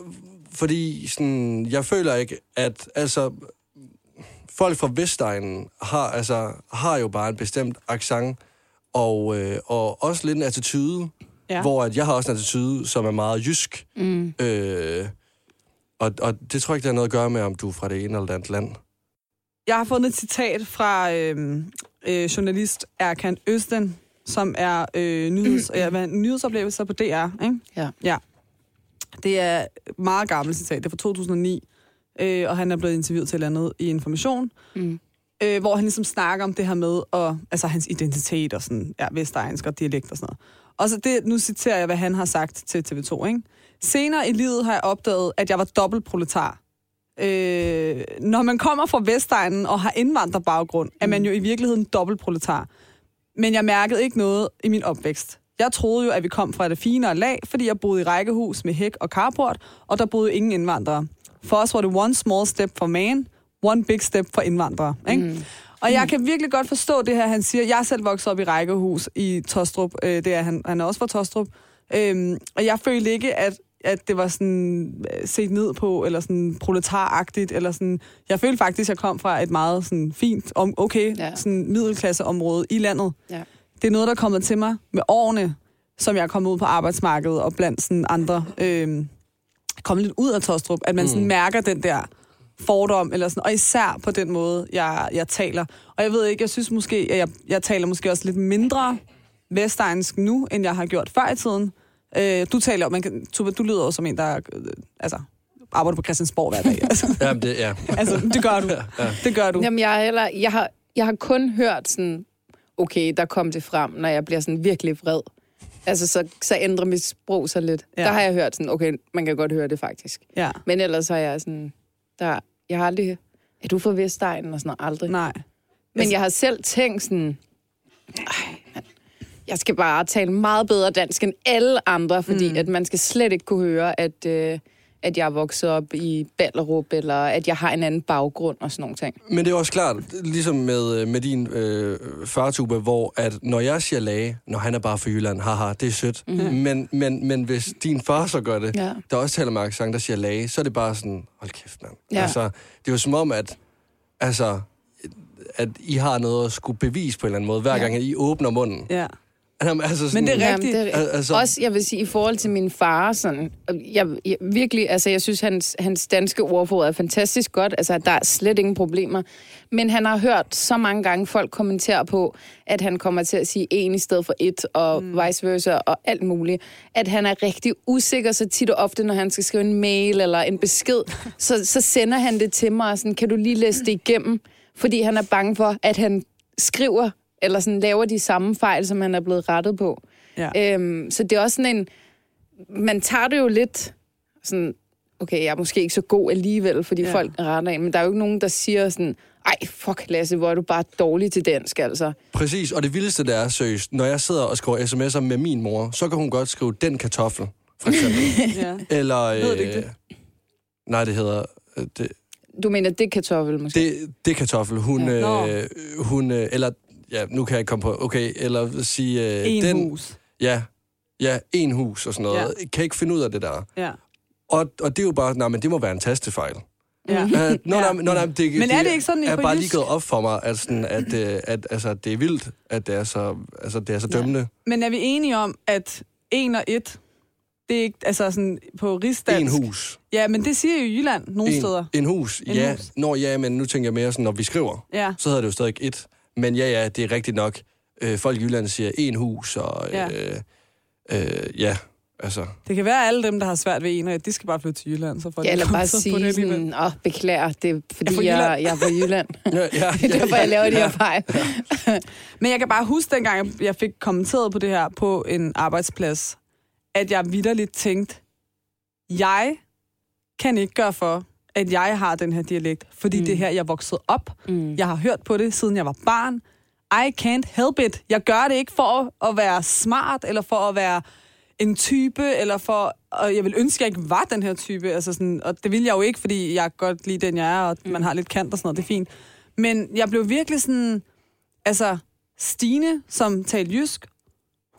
Fordi sådan, jeg føler ikke, at altså, folk fra Vestegnen har, altså, har jo bare en bestemt accent, og, øh, og også lidt en attitude, ja. Hvor at jeg har også en attitude, som er meget jysk. Mm. Øh, og, og det tror jeg ikke, det har noget at gøre med, om du er fra det ene eller det andet land. Jeg har fundet et citat fra øh, øh, journalist Erkan Özden, som er øh, nyheds, øh, nyhedsoplevelser på D R, ikke? Ja. Ja. Det er et meget gammelt citat. Det er fra to tusind og ni, øh, og han er blevet interviewet til et eller andet i Information, mm. øh, hvor han ligesom snakker om det her med, og, altså hans identitet og sådan, ja, vestegnsk og dialekt og sådan noget. Og så det, nu citerer jeg, hvad han har sagt til T V to, ikke? Senere i livet har jeg opdaget, at jeg var dobbeltproletar. Øh, når man kommer fra Vestegnen og har indvandrerbaggrund, er man jo i virkeligheden dobbeltproletar. Men jeg mærkede ikke noget i min opvækst. Jeg troede jo, at vi kom fra det finere lag, fordi jeg boede i rækkehus med hæk og carport, og der boede ingen indvandrere. For os var det one small step for man, one big step for indvandrere. Ikke? Mm. Og jeg kan virkelig godt forstå det her, han siger. Jeg er selv vokset op i rækkehus i Tostrup. Det er han, han er også fra Tostrup. Øhm, og jeg følte ikke, at at det var sådan set ned på, eller sådan proletaragtigt, eller sådan... Jeg følte faktisk, at jeg kom fra et meget sådan fint, okay, ja. Sådan middelklasseområde i landet. Ja. Det er noget, der er kommet til mig med årene, som jeg er kommet ud på arbejdsmarkedet, og blandt sådan andre... Øh, kommet lidt ud af Tostrup, at man sådan mm. mærker den der fordom, eller sådan, og især på den måde, jeg, jeg taler. Og jeg ved ikke, jeg synes måske, at jeg, jeg taler måske også lidt mindre vestegnsk nu, end jeg har gjort før i tiden. Øh, du taler, man kan, Tuba, du lyder også som en, der øh, altså, arbejder på Christiansborg hver dag. Altså. Jamen, det, ja. altså, det gør du. Ja. Det gør du. Jamen, jeg, er heller, jeg, har, jeg har kun hørt sådan, okay, der kom det frem, når jeg bliver sådan virkelig vred. Altså, så, så ændrer mit sprog sig lidt. Ja. Der har jeg hørt sådan, okay, man kan godt høre det faktisk. Ja. Men ellers har jeg sådan, der, jeg har aldrig, er du fra Vestegnen og sådan noget? Aldrig. Nej. Men altså, jeg har selv tænkt sådan, ej, jeg skal bare tale meget bedre dansk end alle andre, fordi mm. at man skal slet ikke kunne høre, at, øh, at jeg er vokset op i Ballerup, eller at jeg har en anden baggrund og sådan nogle ting. Men det er også klart, ligesom med, med din øh, fartube, hvor at når jeg siger Lage, når han er bare fra Jylland, haha, det er sødt. Mm-hmm. Men, men, men hvis din far så gør det, ja. Der også taler med accent, der siger Lage, så er det bare sådan, hold kæft, mand. Ja. Altså, det er jo som om, at altså, at I har noget at skulle bevise på en eller anden måde, hver ja. gang, at I åbner munden. Ja. Altså sådan, men det er rigtigt. Jamen, det er, altså, også, jeg vil sige, i forhold til min far, sådan, jeg, jeg, virkelig, altså, jeg synes, hans, hans danske ordforråd er fantastisk godt. Altså, der er slet ingen problemer. Men han har hørt så mange gange folk kommentere på, at han kommer til at sige en i stedet for et, og mm. vice versa, og alt muligt. At han er rigtig usikker så tit og ofte, når han skal skrive en mail eller en besked, så, så sender han det til mig, og sådan, kan du lige læse det igennem? Fordi han er bange for, at han skriver eller sådan laver de samme fejl, som han er blevet rettet på. Ja. Øhm, så det er også sådan en... Man tager det jo lidt sådan... Okay, jeg er måske ikke så god alligevel, fordi ja. folk retter en, men der er jo ikke nogen, der siger sådan... Ej, fuck Lasse, hvor er du bare dårlig til dansk, altså. Præcis, og det vildeste, der er seriøst, når jeg sidder og skriver sms'er med min mor, så kan hun godt skrive den kartoffel, for eksempel. ja. Eller... Øh, Ved det ikke det? Nej, det hedder... Øh, det, du mener, det kartoffel, måske? Det, det kartoffel. Hun... Ja. Øh, hun øh, eller... Ja, nu kan jeg ikke komme på, okay, eller sige... Øh, en den, hus. Ja, ja, en hus og sådan noget. Ja. Kan ikke finde ud af det der. Ja. Og, og det er jo bare, nej, men det må være en tastefejl. Ja. Uh, nå, ja. Nå, nå, nå, det, men er det ikke sådan, det er bare lige gået op for mig, at, sådan, at, at, at altså, det er vildt, at det er så, altså, det er så dømmende. Ja. Men er vi enige om, at en og et, det er ikke, altså sådan på rigsdansk... En hus. Ja, men det siger jo Jylland nogle en, steder. En hus, en ja. Hus. Nå, ja, men nu tænker jeg mere sådan, når vi skriver, ja. så hedder det jo stadig et. Men ja, ja, det er rigtigt nok. Øh, folk i Jylland siger en hus, og ja. Øh, øh, ja, altså... Det kan være, at alle dem, der har svært ved en, de skal bare flytte til Jylland, så får de ja, eller bare sige sådan, åh, beklager, det er fordi, jeg, jeg er fra Jylland. ja, ja, ja, det er derfor, jeg laver ja, de her fejl. Ja. Men jeg kan bare huske, dengang jeg fik kommenteret på det her på en arbejdsplads, at jeg vitterligt tænkte, jeg kan ikke gøre for, at jeg har den her dialekt, fordi mm. det her, jeg voksede op. Mm. Jeg har hørt på det, siden jeg var barn. I can't help it. Jeg gør det ikke for at være smart, eller for at være en type, eller for... Og jeg vil ønske, at jeg ikke var den her type. Altså sådan, og det vil jeg jo ikke, fordi jeg godt lide den, jeg er, og mm. man har lidt kant og sådan noget. Det er fint. Men jeg blev virkelig sådan... Altså, Stine, som talte jysk,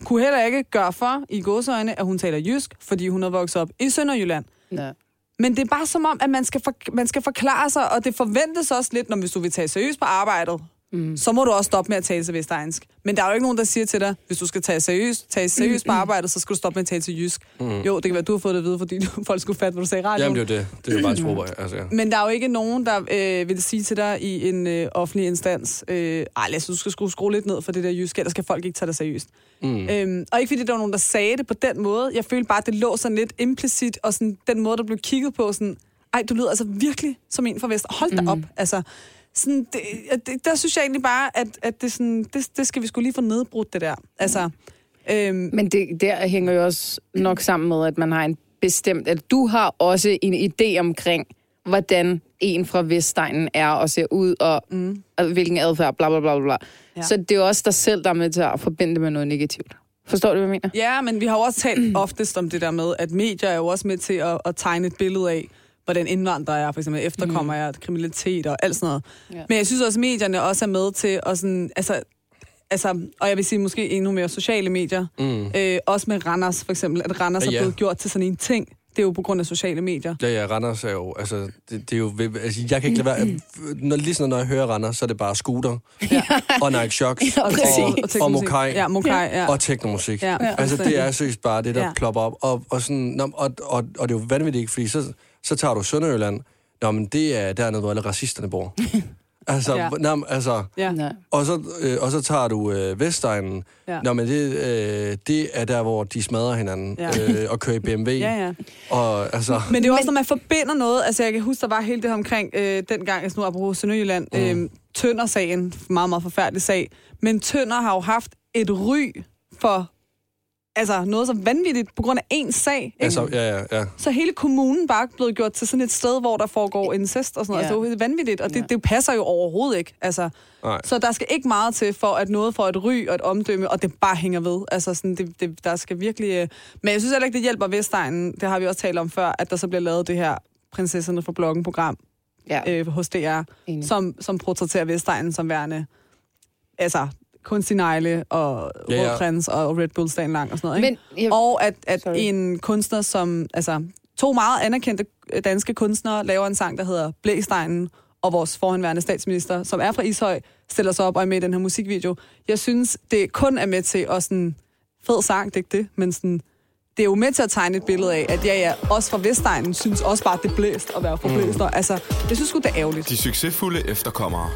kunne heller ikke gøre for i gåseøjne, at hun taler jysk, fordi hun er vokset op i Sønderjylland. Ja. Men det er bare som om, at man skal, for, man skal forklare sig, og det forventes også lidt, når hvis du vil tage seriøst på arbejdet, mm. så må du også stoppe med at tale til vestegnsk. Men der er jo ikke nogen, der siger til dig, hvis du skal tage seriøst, tage seriøst på arbejdet, så skal du stoppe med at tale til jysk. Mm. Jo, det kan være, du har fået det at vide, fordi du, folk skulle fatte, hvad du sagde i radioen. Jamen, det er jo det. Det er jo bare et sprog, altså, ja. Men der er jo ikke nogen, der øh, vil sige til dig i en øh, offentlig instans, øh, ej, lad os, du skal skrue, skrue lidt ned for det der jysk, ellers skal folk ikke tage dig seriøst. Mm. Øhm, og ikke fordi der var nogen, der sagde det på den måde. Jeg følte bare, at det lå sådan lidt implicit, og sådan den måde, der blev kigget på, sådan, ej, du lyder altså virkelig som en fra Vest. Hold da mm. op, altså. Sådan, det, det, der synes jeg egentlig bare, at, at det, sådan, det, det skal vi skulle lige få nedbrudt, det der. Altså, øhm, Men det der hænger jo også nok sammen med, at man har en bestemt... At du har også en idé omkring, hvordan en fra Vestegnen er og ser ud, og, mm. og hvilken adfærd, bla bla bla bla. Ja. Så det er jo også dig selv, der er med til at forbinde det med noget negativt. Forstår du, hvad jeg mener? Ja, men vi har jo også talt oftest om det der med, at medier er jo også med til at, at tegne et billede af, hvordan indvandrere er, for eksempel efterkommer er, mm. kriminalitet og alt sådan noget. Ja. Men jeg synes også, at medierne også er med til at sådan, altså, altså, og jeg vil sige måske endnu mere sociale medier, mm. øh, også med Randers for eksempel, at Randers ja, ja. er blevet gjort til sådan en ting. Det er jo på grund af sociale medier. Ja, ja, Randers er jo, altså, det, det er jo, altså, jeg kan ikke lade være, når, lige sådan, når jeg hører Randers, så er det bare scooter, ja. og Nike Shox, ja, og, og, og Mokai, ja, Mokai ja. og teknomusik. Ja, ja, altså, det er seriøst bare det, der ja. plopper op, og, og, sådan, og, og, og, og det er jo vanvittigt, fordi så, så tager du Sønderjylland, nå, men det er dernede, hvor alle racisterne bor. Altså, ja. nå, altså ja. og, så, øh, og så tager du øh, Vestegnen. Ja. Nå, men det, øh, det er der, hvor de smadrer hinanden ja. øh, og kører i B M W. Ja, ja. Og, altså... Men det er jo også, når man forbinder noget. Altså, jeg kan huske, der var hele det her omkring øh, dengang, altså nu apropos Sønderjylland, mm. øh, Tønder-sagen, meget, meget forfærdelig sag. Men Tønder har jo haft et ry for... Altså, noget så vanvittigt på grund af én sag, ikke? Altså, ja, ja, ja. Så hele kommunen bare blevet gjort til sådan et sted, hvor der foregår incest og sådan noget. Ja. Altså, det er jo vanvittigt, og det, ja. det passer jo overhovedet ikke. Altså, så der skal ikke meget til, for at noget får et ry og et omdømme, og det bare hænger ved. Altså, sådan, det, det, der skal virkelig... Uh... Men jeg synes heller ikke, det hjælper Vestegnen. Det har vi også talt om før, at der så bliver lavet det her Prinsesserne fra Bloggen-program ja. øh, hos D R, som, som portrætterer Vestegnen som værende... Altså... kunstig negle og ja, ja. Rødprins og Red Bull Stan Lang og sådan noget, ikke? Men, jeg... Og at, at en kunstner, som... Altså, to meget anerkendte danske kunstnere laver en sang, der hedder Blæstegnen, og vores forhenværende statsminister, som er fra Ishøj, stiller sig op og er med i den her musikvideo. Jeg synes, det kun er med til at sådan... Fed sang, det er ikke det, men sådan... Det er jo med til at tegne et billede af, at ja, ja, også fra Vestegnen synes også bare, at det er blæst at være for blæst. Mm. Altså, jeg synes sgu, det er ærgerligt. De succesfulde efterkommere.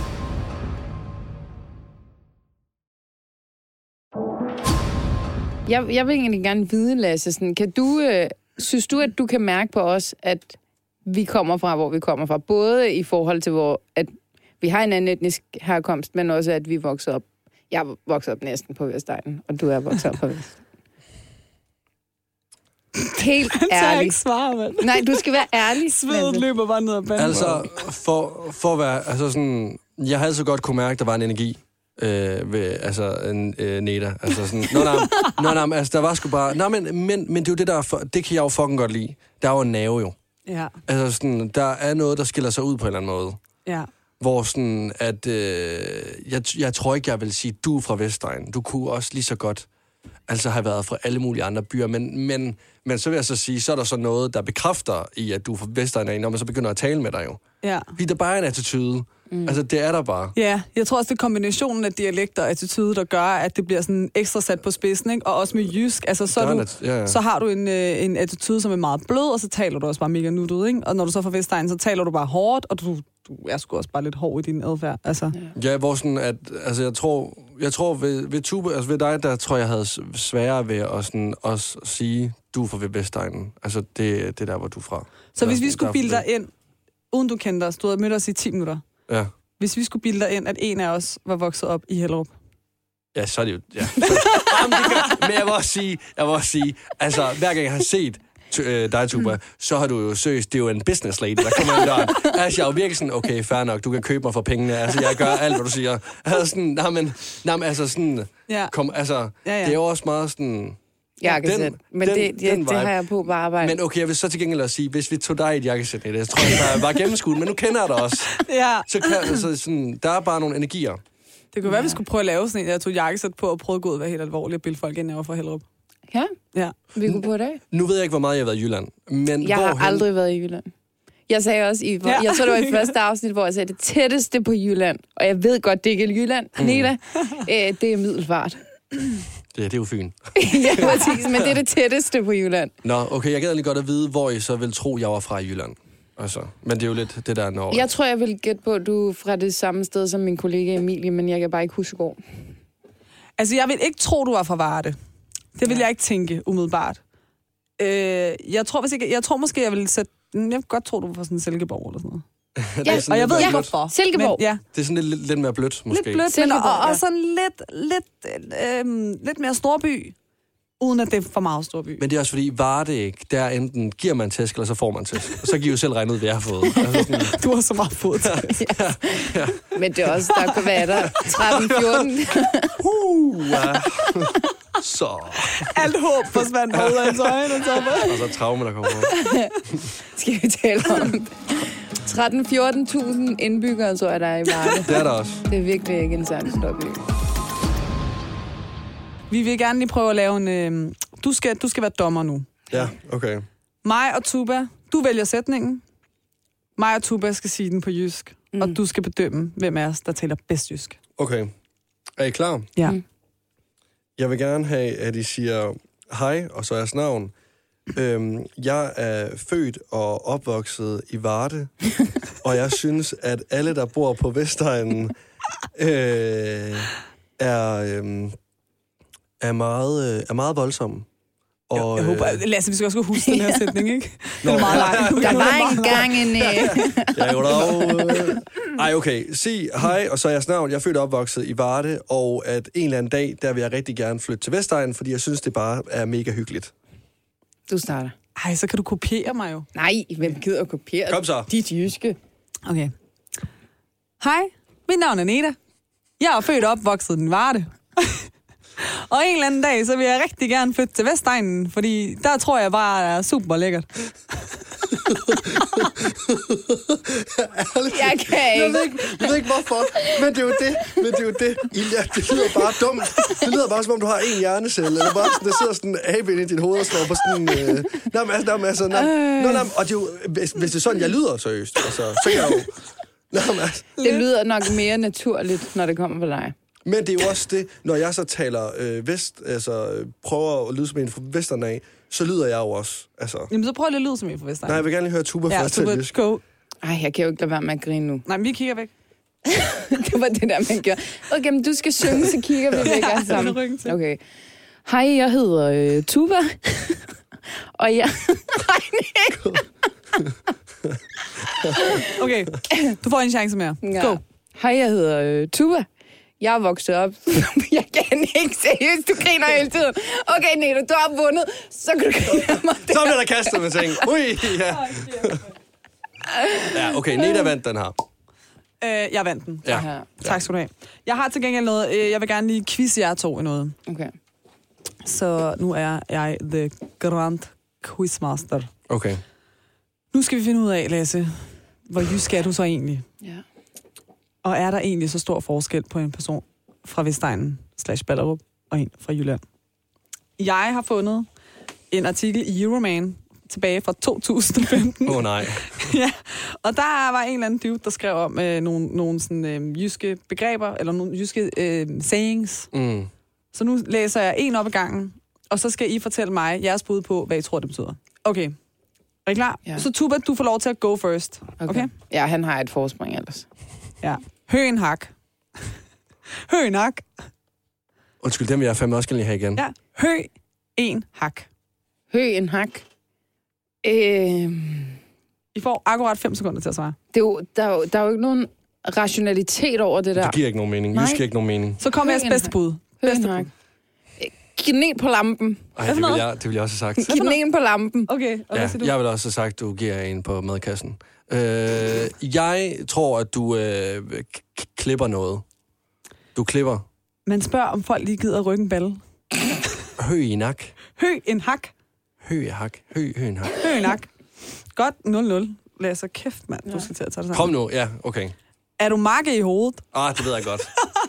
Jeg, jeg vil egentlig gerne vide, Lasse, sådan, kan du, øh, synes du, at du kan mærke på os, at vi kommer fra, hvor vi kommer fra? Både i forhold til, hvor at vi har en anden etnisk herkomst, men også, at vi er vokset op. Jeg er vokset op næsten på Vestegnen, og du er vokset op på Vest. Helt ærlig. ikke svar, mand. Nej, du skal være ærlig. Svedet løber bare ned ad banden. Altså, for, for at være, altså sådan, jeg havde så godt kunne mærke, at der var en energi. Øh, ved, altså en øh, Neda, altså sådan, nå, nej, nå, nej, altså der var sgu bare, nej, men, men, men det er jo det der, for, det kan jeg jo fucking godt lide, der er jo en nerve jo, ja. Altså sådan, der er noget, der skiller sig ud på en eller anden måde, ja. Hvor sådan, at, øh, jeg, jeg tror ikke, jeg vil sige, du er fra Vestegnen, du kunne også lige så godt, altså have været fra alle mulige andre byer, men, men, men så vil jeg så sige, så er der så noget, der bekræfter i, at du er fra Vestegnen, når man så begynder at tale med dig jo, ja. Fordi der bare er en attitude. Mm. Altså, det er der bare. Ja, jeg tror også, det er kombinationen af dialekt og attitude, der gør, at det bliver sådan ekstra sat på spidsen, ikke? Og også med jysk. Altså, så, du, at, ja, ja. så har du en, øh, en attitude, som er meget blød, og så taler du også bare mega nuttet, ikke? Og når du så er fra Vestegnen, så taler du bare hårdt, og du, du er sgu også bare lidt hård i din adfærd. Altså. Ja, ja hvor sådan, at, altså, jeg tror, jeg tror ved, ved, Tube, altså ved dig, der tror jeg, havde sværere ved at sådan, også sige, du er fra Vestegnen. Altså, det, det er der, hvor du er fra. Så der, hvis vi skulle bilde dig ind, uden du kendte os, du havde mødt os i ti minutter, ja. Hvis vi skulle bilde dig ind, at en af os var vokset op i Hellerup. Ja, så er det jo... Ja. Jamen, det gør, men jeg vil også sige, jeg vil også sige, altså, hver gang jeg har set øh, dig, Tuba, mm. så har du jo søgt, det er jo en business lady, der kommer ind der. Altså, jeg er jo virkelig sådan, okay, fair nok, du kan købe mig for pengene. Altså, jeg gør alt, hvad du siger. Altså, sådan, nej, men, nej, men altså, sådan... Ja. Kom, altså, ja, ja. Det er jo også meget sådan... Jakkesæt. Men den, det, det, det har jeg på på arbejde. Men okay, jeg vil så til gengæld også sige, hvis vi tog dig i et jakkesæt, det jeg tror jeg, der var gennemskudt, men nu kender jeg dig også. Ja. Så kan, altså, sådan, der er bare nogle energier. Det kunne ja. være, vi skulle prøve at lave sådan en, jeg tog jakkesæt på og prøvede at gå ud og være helt alvorlig og bilde folk ind over for Hellerup. Ja, ja. Vi kunne på i dag. Nu ved jeg ikke, hvor meget jeg har været i Jylland. Men jeg hvorhen... har aldrig været i Jylland. Jeg sagde også i, hvor, ja. jeg tror det var i første afsnit, hvor jeg sagde det tætteste på Jylland. Og jeg ved godt, det ikke er Jylland, mm. Neda. Æ, det er Middelfart. Det, det er jo Fyn. Ja, præcis, men det er det tætteste på Jylland. Nå, okay, jeg gad lige godt at vide, hvor I så vil tro, jeg var fra i Jylland. Altså, men det er jo lidt det der, når... Jeg tror, jeg vil gætte på, at du er fra det samme sted som min kollega Emilie, men jeg kan bare ikke huske hvor. Altså, jeg vil ikke tro, du var fra Varde. Det vil ja. jeg ikke tænke umiddelbart. Øh, jeg, tror, hvis ikke, jeg tror måske, jeg vil sætte... Jeg vil godt tro, du var fra sådan Silkeborg eller sådan noget. Ja, og jeg ved ikke, blødt. hvorfor. Silkeborg. Men, ja. Det er sådan lidt, lidt mere blødt, måske. Lidt blødt, men, og, og, og sådan lidt, lidt, øh, lidt mere storby, uden at det er for meget storby. Men det er også fordi, var det ikke, der enten giver man tæsk, eller så får man tæsk. Og så giver jo selv regnet ud, hvad jeg har fået. Altså sådan... Du har så meget fået tæsk. Ja. Ja. Men det er også, der kan være der tretten fjorten. uh, ja. Så. Alt håb forsvandt ud af hans øjne. Og så traume, der kommer på. Skal vi tale om det? tretten fjorten tusind indbyggere, så er der i Varde. Det er der også. Det er virkelig ikke en særlig stor by. Vi vil gerne lige prøve at lave en... Øh, du, skal, du skal være dommer nu. Ja, okay. Mig og Tuba, du vælger sætningen. Mig og Tuba skal sige den på jysk. Mm. Og du skal bedømme, hvem af os, der taler bedst jysk. Okay. Er I klar? Ja. Mm. Jeg vil gerne have, at I siger hej, og så jeres navn. Øhm, jeg er født og opvokset i Varde, og jeg synes, at alle, der bor på Vestegnen, øh, er, øh, er, meget, øh, er meget voldsomme. Og, jeg, jeg håber, øh, Lasse, vi skal også huske den her sætning, ikke? Nå, det er meget langt. Der var engang en... Ja, jo dog. Ej, okay. Sig hej, og så er jeres navn. Jeg er født og opvokset i Varde, og at en eller anden dag, der vil jeg rigtig gerne flytte til Vestegnen, fordi jeg synes, det bare er mega hyggeligt. Du starter. Ej, så kan du kopiere mig jo. Nej, hvem gider at kopiere? Kom så. Dit jyske. Okay. Hej, mit navn er Neda. Jeg er født og opvokset i Varde. Og en eller anden dag, så vil jeg rigtig gerne flytte til Vestegnen, fordi der tror jeg bare, er super lækkert. Jeg kan ikke. Jeg ved ikke, jeg ved ikke hvorfor, men det er jo det. Men det er jo det. Ilja, det lyder bare dumt. Det lyder bare, som om du har en hjernecelle, eller bare sådan, der sidder sådan en abe inde i dit hoved og slår på sådan en... Øh... Nå, men altså, nå, men altså... Nå, nå, nå, og det er jo, hvis, hvis det er sådan, jeg lyder seriøst, altså, så kan jeg jo... Nå, men altså... Det lyder nok mere naturligt, når det kommer fra dig. Men det er jo også det, når jeg så taler øh, vest, altså prøver at lyde som en fra Vestern af, så lyder jeg jo også, altså... Jamen, så prøv lige at lyde som en fra Vestegnen. Nej, jeg vil gerne lige høre Tuba ja, først. Tuba, go. Ej, jeg kan jo ikke lade være med at grine nu. Nej, men vi kigger væk. Det var det der, man gjorde. Okay, men du skal synge, så kigger vi væk alle sammen. Okay. Hej, jeg hedder øh, Tuba. Og jeg... Okay, du får en chance mere. Ja. Go. Hej, jeg hedder øh, Tuba. Jeg er vokset op. Jeg kan ikke seriøst. Du griner hele tiden. Okay, Neda, du har vundet. Så kan du grine af mig. Så bliver der kastet med ting. Ui, ja. Ja, okay, Neda vandt den her. Øh, jeg vandt den. Ja. Ja. Tak skal du have. Jeg har til gengæld noget. Øh, jeg vil gerne lige quizze jer to i noget. Okay. Så nu er jeg the grand quizmaster. Okay. Nu skal vi finde ud af, Lasse, hvor jysk er du så egentlig? Ja. Og er der egentlig så stor forskel på en person fra Vestegnen slash Ballerup og en fra Jylland? Jeg har fundet en artikel i Euroman tilbage fra to tusind og femten. Åh oh, nej. Ja, og der var en eller anden dude, der skrev om øh, nogle, nogle sådan, øh, jyske begreber, eller nogle jyske øh, sayings. Mm. Så nu læser jeg en op ad gangen, og så skal I fortælle mig jeres bud på, hvad I tror, det betyder. Okay. Er I klar? Ja. Så Tuba, du får lov til at go first. Okay? okay? Ja, han har et forspring ellers. Ja. Høen hak. Høen hak. Undskyld, dem vil jeg fandme også gerne lige have igen. Ja. Hø en hak. Hø en hak. Øh... I får akkurat fem sekunder til at svare. Det er jo, der, er jo, der er jo ikke nogen rationalitet over det der. Det giver ikke nogen mening. Jysk giver ikke nogen mening. Så kommer jeres bedste bud. Bedste bud. Kinen på lampen. Ej, det vil, jeg, det vil jeg også have sagt. Kinen på lampen. Okay, og ja, hvad siger du? Jeg vil også have sagt, du giver en på madkassen. Øh, jeg tror, at du øh, k- klipper noget. Du klipper. Man spørger, om folk lige gider rykke en balle. Hø i nak. Hø en hak. Hø i hak. Hø, hø en hak. Hø en hak. Godt, nul nul. Lad os så kæft, mand. Du skal til at tage det sammen. Kom nu, ja, okay. Er du makke i hovedet? Ah, det ved jeg godt.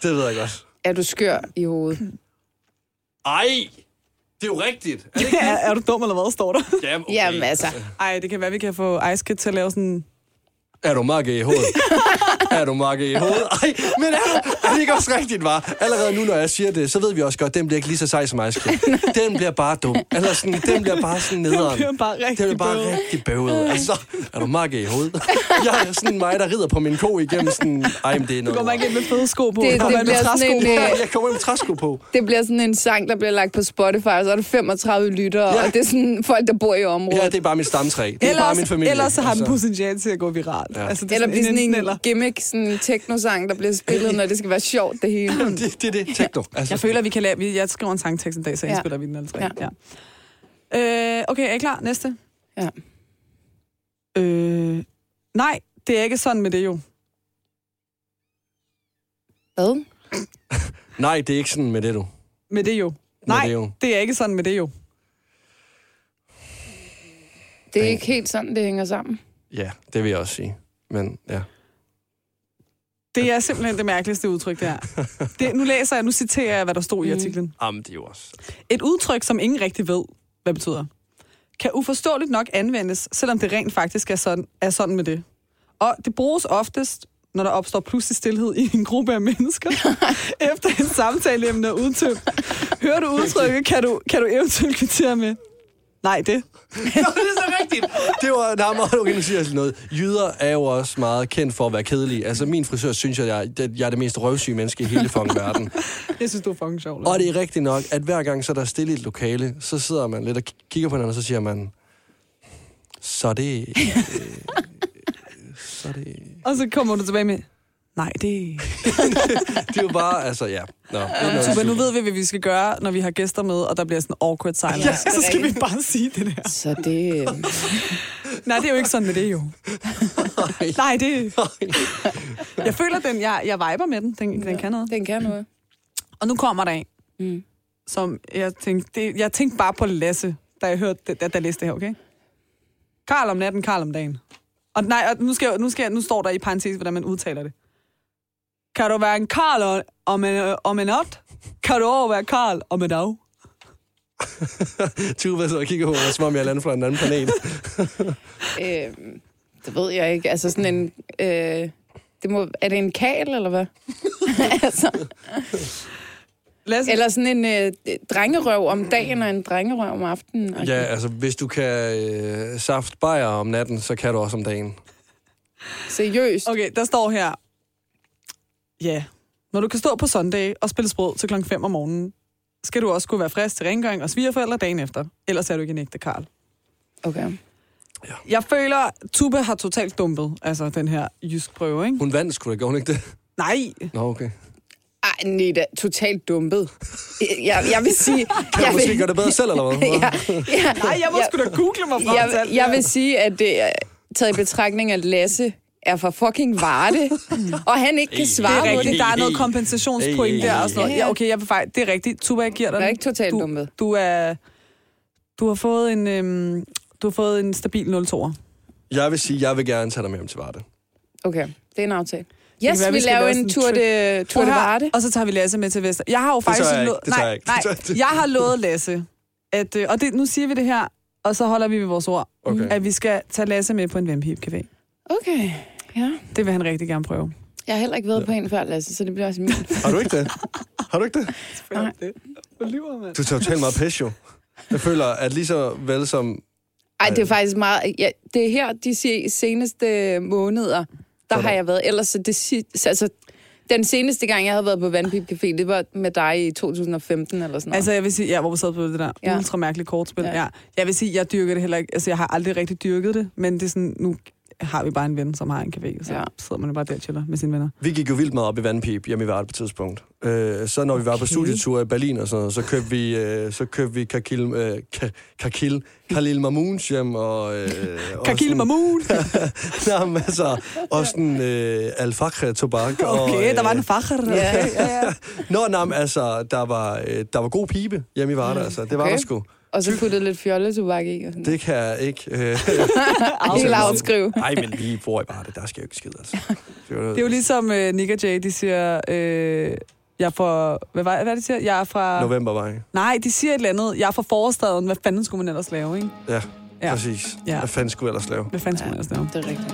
Det ved jeg godt. Er du skør i hovedet? Ej! Det er jo rigtigt. Er, det ikke? er, er du dum, eller hvad, står der? Jamen, okay. Jamen altså. Ej, det kan være, vi kan få Ice Kid til at lave sådan... Er du makke i hovedet? Er du makke i hovedet? Ej, men er, du, er det ikke også rigtigt, var? Allerede nu, når jeg siger det, så ved vi også godt, at den bliver ikke lige så sej som Ice Kid. Den bliver bare dum. Eller sådan, den bliver bare sådan nederen. Den bliver bare rigtig Den bliver bare bøvet. rigtig bøvet. Altså, er du makke i hovedet? Jeg er sådan mig, der rider på min ko igennem sådan... Ej, men det er noget... Du kommer ikke ind med fede sko på. Det, Du det, kommer ind med bliver træsko sådan en, på. øh, Jeg kommer med træsko på. det bliver sådan en sang, der bliver lagt på Spotify, og så er der femogtredive lyttere, Ja. og det er sådan folk, der bor i området. Ja, det er bare mit stamtræ. Det er Ellers, bare min familie. ellers så har den Altså. potentiale til at gå viralt. Ja. Altså, det er Eller blive sådan en eller. gimmick, sådan en techno-sang, der bliver spillet, når det skal være sjovt, det hele. Det, det er det. Techno. Altså. Jeg føler, at vi kan lave... vi- Jeg skriver en sangtekst en dag, så Ja. indspiller vi den alle tre. Ja. Ja. Øh, okay, er I klar? Næste. Ja. Øh, nej, det er ikke sådan med det jo. Hvad? Nej, det er ikke sådan med det, du. Med det jo. Med Nej, det jo. det er ikke sådan med det jo. Det er ikke helt sådan, det hænger sammen. Ja, det vil jeg også sige. Men ja. Det er simpelthen det mærkeligste udtryk, det her. Det, nu læser jeg, nu citerer jeg, hvad der stod i artiklen. Jamen, det er jo også... Et udtryk, som ingen rigtig ved, hvad betyder, kan uforståeligt nok anvendes, selvom det rent faktisk er sådan, er sådan med det. Og det bruges oftest, når der opstår pludselig stilhed i en gruppe af mennesker, efter en samtaleemne er udtømt. Hører du udtrykket, kan du, kan du eventuelt kvittere med? Nej, det. Nå, det er så rigtigt. Det var, der er meget, okay, nu siger jeg sådan noget. Jyder er jo også meget kendt for at være kedelige. Altså, min frisør synes, at jeg, at jeg er det mest røvsyge menneske i hele fucking verden. Jeg synes, du er fucking sjov. Og det er rigtigt nok, at hver gang så er der stille i et lokale, så sidder man lidt og kigger på hinanden, og så siger man, så det... Øh, så det... Og så kommer du tilbage med, nej, det... Det er jo bare, altså, ja. Nå, det er noget Super, nu sygt. ved vi, hvad vi skal gøre, når vi har gæster med, og der bliver sådan awkward silence. Ja, så skal vi bare sige det der. Så det... Nej, det er jo ikke sådan med det, jo. Nej, det... Jeg føler, den, jeg, jeg viber med den. Den, den kan noget. Den kan noget. Og nu kommer der en, Mm. som jeg tænkte... Det, jeg tænkte bare på Lasse, da jeg hørte det, da, da jeg læste det her, okay? Karl om natten, Karl om dagen. Og nej, og nu, skal jeg, nu, skal jeg, nu står der i parentes, hvordan man udtaler det. Kan du være en Karl om en, om en nat? Kan du også være Karl om en dag? Tuva så og kigger på mig, som om jeg er landet fra en anden planet. Øh, det ved jeg ikke. Altså sådan en... Øh, det må, er det en kal, eller hvad? altså, Lasse? eller sådan en øh, drengerøv om dagen og en drengerøv om aftenen. Ja, altså, hvis du kan øh, saft bajer om natten, så kan du også om dagen. Seriøst. Okay, der står her. Ja, når du kan stå på Sunday og spille sprød til klokken fem om morgenen, skal du også kunne være frisk til rengøring og svigerforældre dagen efter. Ellers er du ikke en ægte Karl. Okay. Jeg føler, Tuba har totalt dumpet, altså den her jysk prøve, ikke? Hun vandt sgu da, gjorde hun ikke det? Nej. Nå, okay. Ej, Nita, totalt dumpet. Jeg, jeg vil sige... Kan jeg du måske vil, gøre det bedre selv, eller hvad? ja, ja, Nej, jeg må jeg, sgu da google mig frem til jeg, alt det jeg her. vil sige, at det er taget i betragtning, at Lasse er fra fucking Varde, og han ikke kan Det svare er på rigtigt, det. der er noget kompensationspoint Hey, hey, der og sådan noget. Ja, okay, jeg vil faktisk... Det er rigtigt. Tuba, jeg giver dig Jeg er den. ikke totalt du, dumpet. Du er... Du har fået en... Øhm, du har fået en stabil nul to. Jeg vil sige, jeg vil gerne tage dig med hjem til Varde. Okay, det er en aftale. kan Yes, være, vi vi skal laver lave en sådan tur en de, tur de Varde. Og så tager vi Lasse med til Vester. Jeg har jo faktisk... tør jeg ikke. lo- Det tør nej, jeg ikke. nej, Det tør jeg ikke. jeg har lovet Lasse, at... øh, Og det, nu siger vi det her, og så holder vi ved vores ord. Okay. At vi skal tage Lasse med på en Vampip-café. Okay, ja. Det vil han rigtig gerne prøve. Jeg har heller ikke været på en før, Lasse, så det bliver også min. Har du ikke det? Har du ikke det? Nej. Det. Hvor lyver, mand. Du tager totalt meget pis, jo. Jeg føler, at lige så vel som... Ej, det er faktisk meget... Ja, det er her, de se- seneste måneder, der har jeg været. Ellers så det si- altså, den seneste gang, jeg havde været på Vandpip Café, det var med dig i to tusind og femten eller sådan noget. Altså, jeg vil sige, ja, hvor vi sad på det der Ja. ultra mærkelige kortspil. Ja. Ja. Jeg vil sige, jeg dyrker det heller ikke. Altså, jeg har aldrig rigtig dyrket det, men det er sådan, nu har vi bare en ven, som har en café, så Ja. ja. sidder man jo bare der og chiller med sine venner. Vi gik jo vildt meget op i Vandpip hjemme i Varde på et tidspunkt. Øh, så når vi var på studietur i Berlin og sådan noget, så købte vi, øh, så købte vi Kakil, øh, Ka- Kakil, Khalil Mamouns hjem og... Øh, og Kakil sådan- Mamoun! Nå, men altså, og sådan øh, Al-Fakhr tobak. og, Okay, øh, der var en facher. Ja. Okay, ja, ja. Nå, nej, men altså, der var, øh, der var god pibe hjemme i Varde, altså. Det var Okay. der sgu. Og så puttet lidt fjolletobak i. Og sådan. Det kan jeg ikke. Øh, Helt afskrive. Nej, men vi bor i bare det. Der skal jeg jo ikke skide, altså. Det er jo, det er jo ligesom uh, Nick og Jay, de siger... Øh, jeg er fra... Hvad var hvad de siger? Jeg er fra... Novembervej. Nej, de siger et eller andet. Jeg er fra forstaden. Hvad fanden skulle man ellers lave, ikke? Ja, ja. præcis. Ja. Hvad fanden skulle jeg ellers lave? Hvad fanden skulle ja, man ellers lave? Det er rigtigt.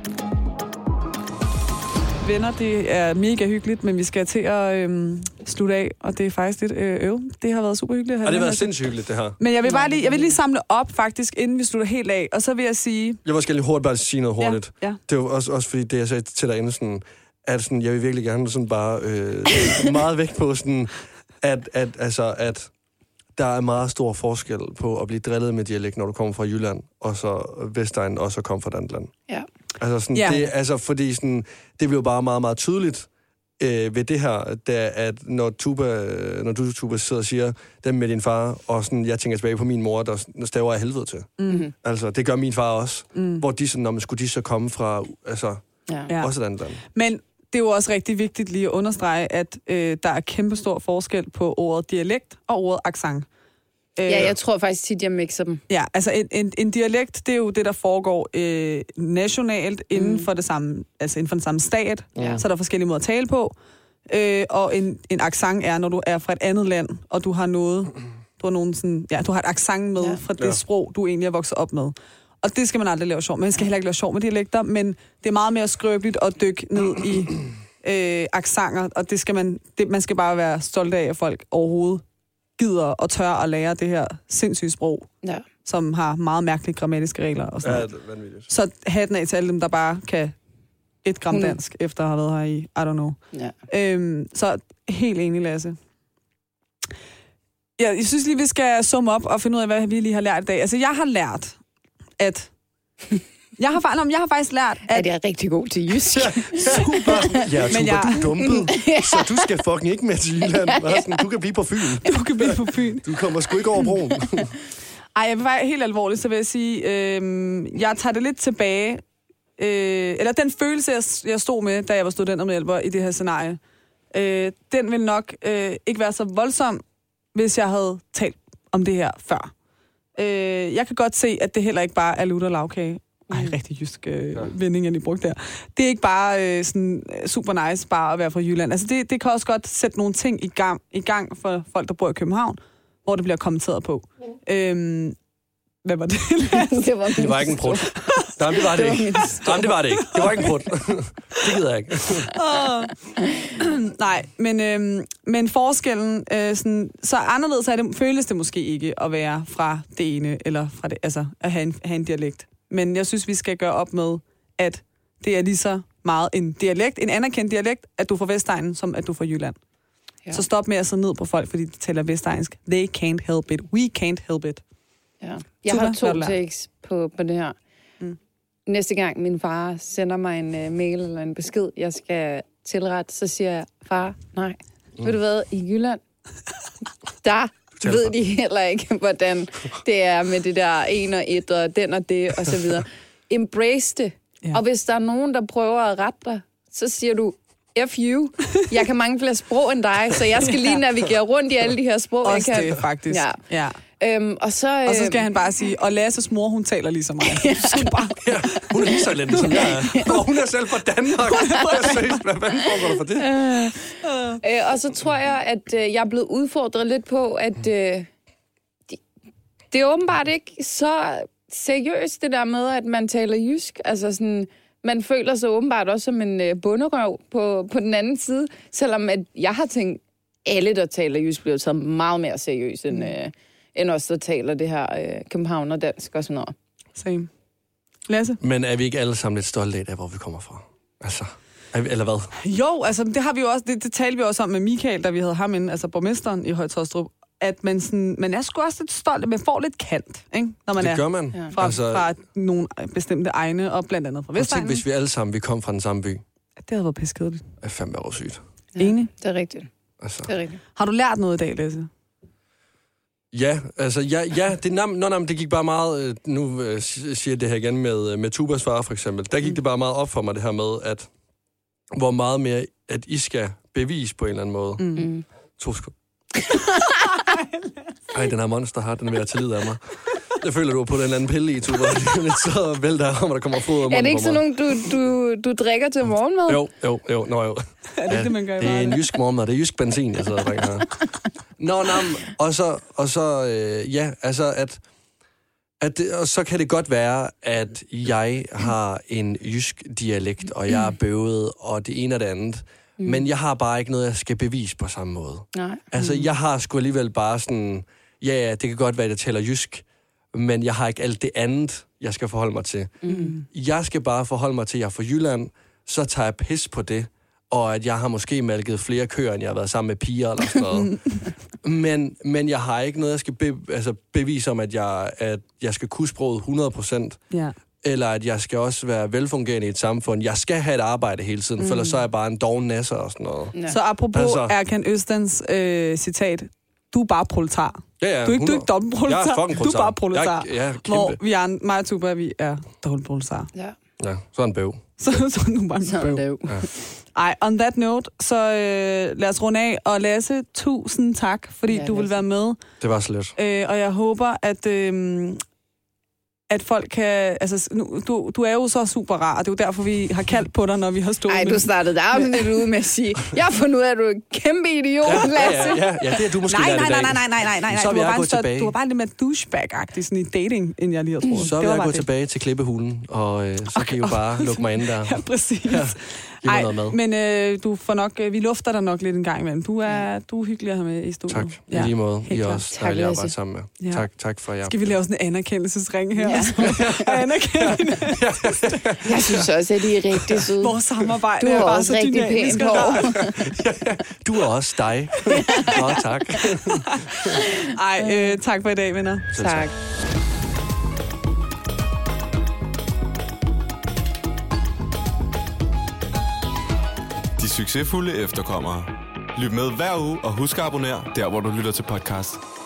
Venner, det er mega hyggeligt, men vi skal til at øhm, slutte af, og det er faktisk lidt øh, øv. Det har været super hyggeligt. Og det har været sindssygt hyggeligt, det her. Men jeg vil bare lige, jeg vil lige samle op, faktisk, inden vi slutter helt af, og så vil jeg sige... Jeg var skal lige hurtigt bare sige noget hurtigt. Ja, ja. Det var også, også fordi, det jeg sagde til dig inden, sådan, at sådan, jeg vil virkelig gerne sådan bare øh, meget vægt på, sådan, at, at, altså, at der er meget stor forskel på at blive drillet med dialekt, når du kommer fra Jylland, og så Vestegn, og så kommer fra et land. Ja. Altså, sådan, Ja. det, altså, fordi sådan, det blev bare meget, meget tydeligt øh, ved det her, da, at når, Tuba, når du, Tuba, sidder og siger dem med din far, og sådan, jeg tænker tilbage på min mor, der staver jeg helvede til. Mm. Altså, det gør min far også. Mm. Hvor de sådan, når man skulle de så komme fra, altså, Ja. Ja. også et andet land. Men det er jo også rigtig vigtigt lige at understrege, at øh, der er kæmpestor forskel på ordet dialekt og ordet accent. Øh, Ja, jeg tror faktisk tit, jeg mixer dem. Ja, altså en, en, en dialekt, det er jo det, der foregår øh, nationalt inden mm. for det samme, altså inden for den samme stat. Ja. Så er der forskellige måder at tale på. Øh, og en, en accent er, når du er fra et andet land, og du har noget, du har nogen sådan, ja, du har et accent med ja. fra det Ja. sprog, du egentlig er vokset op med. Og det skal man aldrig lave sjov med. Man skal heller ikke lave sjov med dialekter, men det er meget mere skrøbeligt at dykke ned i øh, accenter, og det skal man, det, man skal bare være stolt af, at folk overhovedet gider og tør at lære det her sindssyge sprog, Ja. som har meget mærkelige grammatiske regler og sådan Ja, noget. det er vanvittigt. Så hatten af til alle dem, der bare kan et gram hundrede dansk, efter at have været her i, I don't know. Ja. Øhm, så helt enig, Lasse. Ja, jeg synes lige, vi skal summe op og finde ud af, hvad vi lige har lært i dag. Altså, jeg har lært, at... Jeg har, fa- Nå, men jeg har faktisk lært, at... At jeg er rigtig god til jysk. Super. Ja, Tuba, Men jeg- du er dumpet, så du skal fucking ikke med til Jylland. Sådan, du kan blive på Fyn. Du kan blive på Fyn. Du kommer sgu ikke over broen. Ej, jeg vil være helt alvorligt, så vil jeg sige, øh, jeg tager det lidt tilbage. Øh, eller den følelse, jeg, jeg stod med, da jeg var studentermedhjælper i det her scenarie, øh, den vil nok øh, ikke være så voldsom, hvis jeg havde talt om det her før. Øh, jeg kan godt se, at det heller ikke bare er lutter lavkage. Ej, rigtig jysk øh, ja. vending, jeg lige brugte der. Det er ikke bare øh, sådan super nice bare at være fra Jylland. Altså, det, det kan også godt sætte nogle ting i gang, i gang for folk, der bor i København, hvor det bliver kommenteret på. Mm. Øhm, hvad var det? det, var det var ikke en prut. Nej, det var det ikke. Nej, det var det ikke. Det var ikke en prut. Det gider jeg ikke. oh. Nej, men, øhm, men forskellen, øh, sådan, så anderledes er det, føles det måske ikke at være fra det ene, eller fra det, altså at have en, have en dialekt. Men jeg synes, vi skal gøre op med, at det er lige så meget en dialekt, en anerkendt dialekt, at du er fra Vestegnen, som at du er fra Jylland. Ja. Så stop med at sidde ned på folk, fordi de taler vestegnisk. They can't help it. We can't help it. Ja. Jeg Tuba, har to hvad har du lært? takes på, på det her. Mm. Næste gang min far sender mig en uh, mail eller en besked, jeg skal tilrette, så siger jeg, far, nej. Mm. Ved du hvad, i Jylland, der ved de heller ikke, hvordan det er med det der en og et, og den og det, og så videre. Embrace det. Ja. Og hvis der er nogen, der prøver at rette dig, så siger du, F you. Jeg kan mange flere sprog end dig, så jeg skal lige navigere rundt i alle de her sprog, Også jeg kan. det, faktisk. Ja. Ja. Øhm, og, så, øh... og så skal han bare sige, og Lasses mor, hun taler lige så meget. ja. bare... ja, hun er lige så elendig, som jeg er. Og hun er selv fra Danmark. Hvad fanden foregår der for det? Øh, øh, og så tror jeg, at øh, jeg er blevet udfordret lidt på, at øh, det, det er åbenbart ikke så seriøst, det der med, at man taler jysk. Altså sådan, man føler sig åbenbart også som en øh, bunderøv på, på den anden side, selvom at jeg har tænkt, alle, der taler jysk, bliver taget meget mere seriøst, end, øh, end os, der taler det her øh, københavner dansk og sådan noget. Same. Lasse? Men er vi ikke alle sammen lidt stolte af, der, hvor vi kommer fra? Altså, vi, eller hvad? Jo, altså det har vi jo også, det, det talte vi også om med Michael, da vi havde ham inde, altså borgmesteren i Høje-Taastrup, at man, sådan, man er sgu også lidt stolt, at man får lidt kant, ikke? Når man det er gør man. Ja. Fra, altså, fra nogle bestemte egne, og blandt andet fra Vestegnen. Hvis vi alle sammen vi kom fra den samme by. Det havde været piskedeligt. Det er fandme været sygt. Ja, enig? Det er rigtigt. Altså. Det er rigtigt. Har du lært noget i dag, Lasse? Ja, altså, ja, ja det, nam, no, nam, det gik bare meget, nu øh, siger jeg det her igen med, med Tubas far for eksempel, der gik mm. det bare meget op for mig det her med, at hvor meget mere, at I skal bevise på en eller anden måde. Mm. To sekunder. Ej, den her monster har den ved at tage lid af mig. Jeg føler, du er på den anden pille i, Tuba. Så vælter om, der kommer fod af munden. Er det ikke sådan nogen, du, du, du drikker til morgenmad? Jo, jo, jo. Nå, jo. Er det ja, det, man gør i det er en jysk morgenmad. Det er jysk benzin, jeg sidder og drikker her. Nå, nam. Og så, og så øh, ja, altså, at, at det, og så kan det godt være, at jeg har en jysk dialekt, og jeg er bøvet, og det ene og det andet. Mm. Men jeg har bare ikke noget, jeg skal bevise på samme måde. Nej. Altså, jeg har sgu alligevel bare sådan, ja, ja, det kan godt være, at jeg taler jysk, men jeg har ikke alt det andet, jeg skal forholde mig til. Mm. Jeg skal bare forholde mig til, at jeg er fra Jylland, så tager jeg pis på det, og at jeg har måske malket flere køer, end jeg har været sammen med piger eller sådan noget. men, men jeg har ikke noget, jeg skal be, altså bevise om, at jeg, at jeg skal kunne sproget hundrede procent. Ja. Eller at jeg skal også være velfungerende i et samfund. Jeg skal have et arbejde hele tiden, mm. for ellers så er jeg bare en doven nasser og sådan noget. Ja. Så apropos altså, Erkan Østens øh, citat, du er bare proletar. Ja, ja, du er ikke, du er ikke dobbeltproletar. Jeg er fucking proletar. Du er bare proletar. Jeg, jeg hvor vi er, mig og Tuba, vi er dobbeltproletar. Ja. Ja, så er en bøv. så, så er du bare en bøv. Ja. Ej, on that note, så øh, lad os runde af. Og Lasse, tusind tak, fordi ja, du vil være med. Det var så lidt. Øh, og jeg håber, at... Øh, at folk kan... Altså, nu, du, du er jo så super rar, og det er jo derfor, vi har kaldt på dig, når vi har stået... Nej, du startede der jo lidt ude med at sige, jeg har fundet ud af, at du er en kæmpe idiot, ja, Lasse. Ja, ja, ja, det er du måske nej, lært nej, i dag. nej, nej, nej, nej, nej, nej. Så vil du, jeg var gå større, tilbage. du var bare lidt mere douchebag-agtig sådan i dating, end jeg lige havde troet. Så vil jeg gå det. tilbage til klippehulen, og øh, så okay, kan I jo bare okay. lukke mig inde der. Ja, præcis. Ja. Ej, men øh, du får nok, øh, vi lufter dig nok lidt en gang imellem. Du er, du er hyggelig at have med i studiet. Tak. Ja. I lige måde. I er også dejlige at arbejde sammen med. Ja. Tak, tak for jer. Skal vi lave sådan en anerkendelsesring her? Ja. Anerkendelse. Jeg synes også, at de er rigtig søde. Vores samarbejde du er bare også så rigtig pænt hår. Du er også dig. Nå, tak. Ej, øh, tak for i dag, venner. Tak. tak. De succesfulde efterkommere. Lyt med hver uge og husk at abonnere der, hvor du lytter til podcast.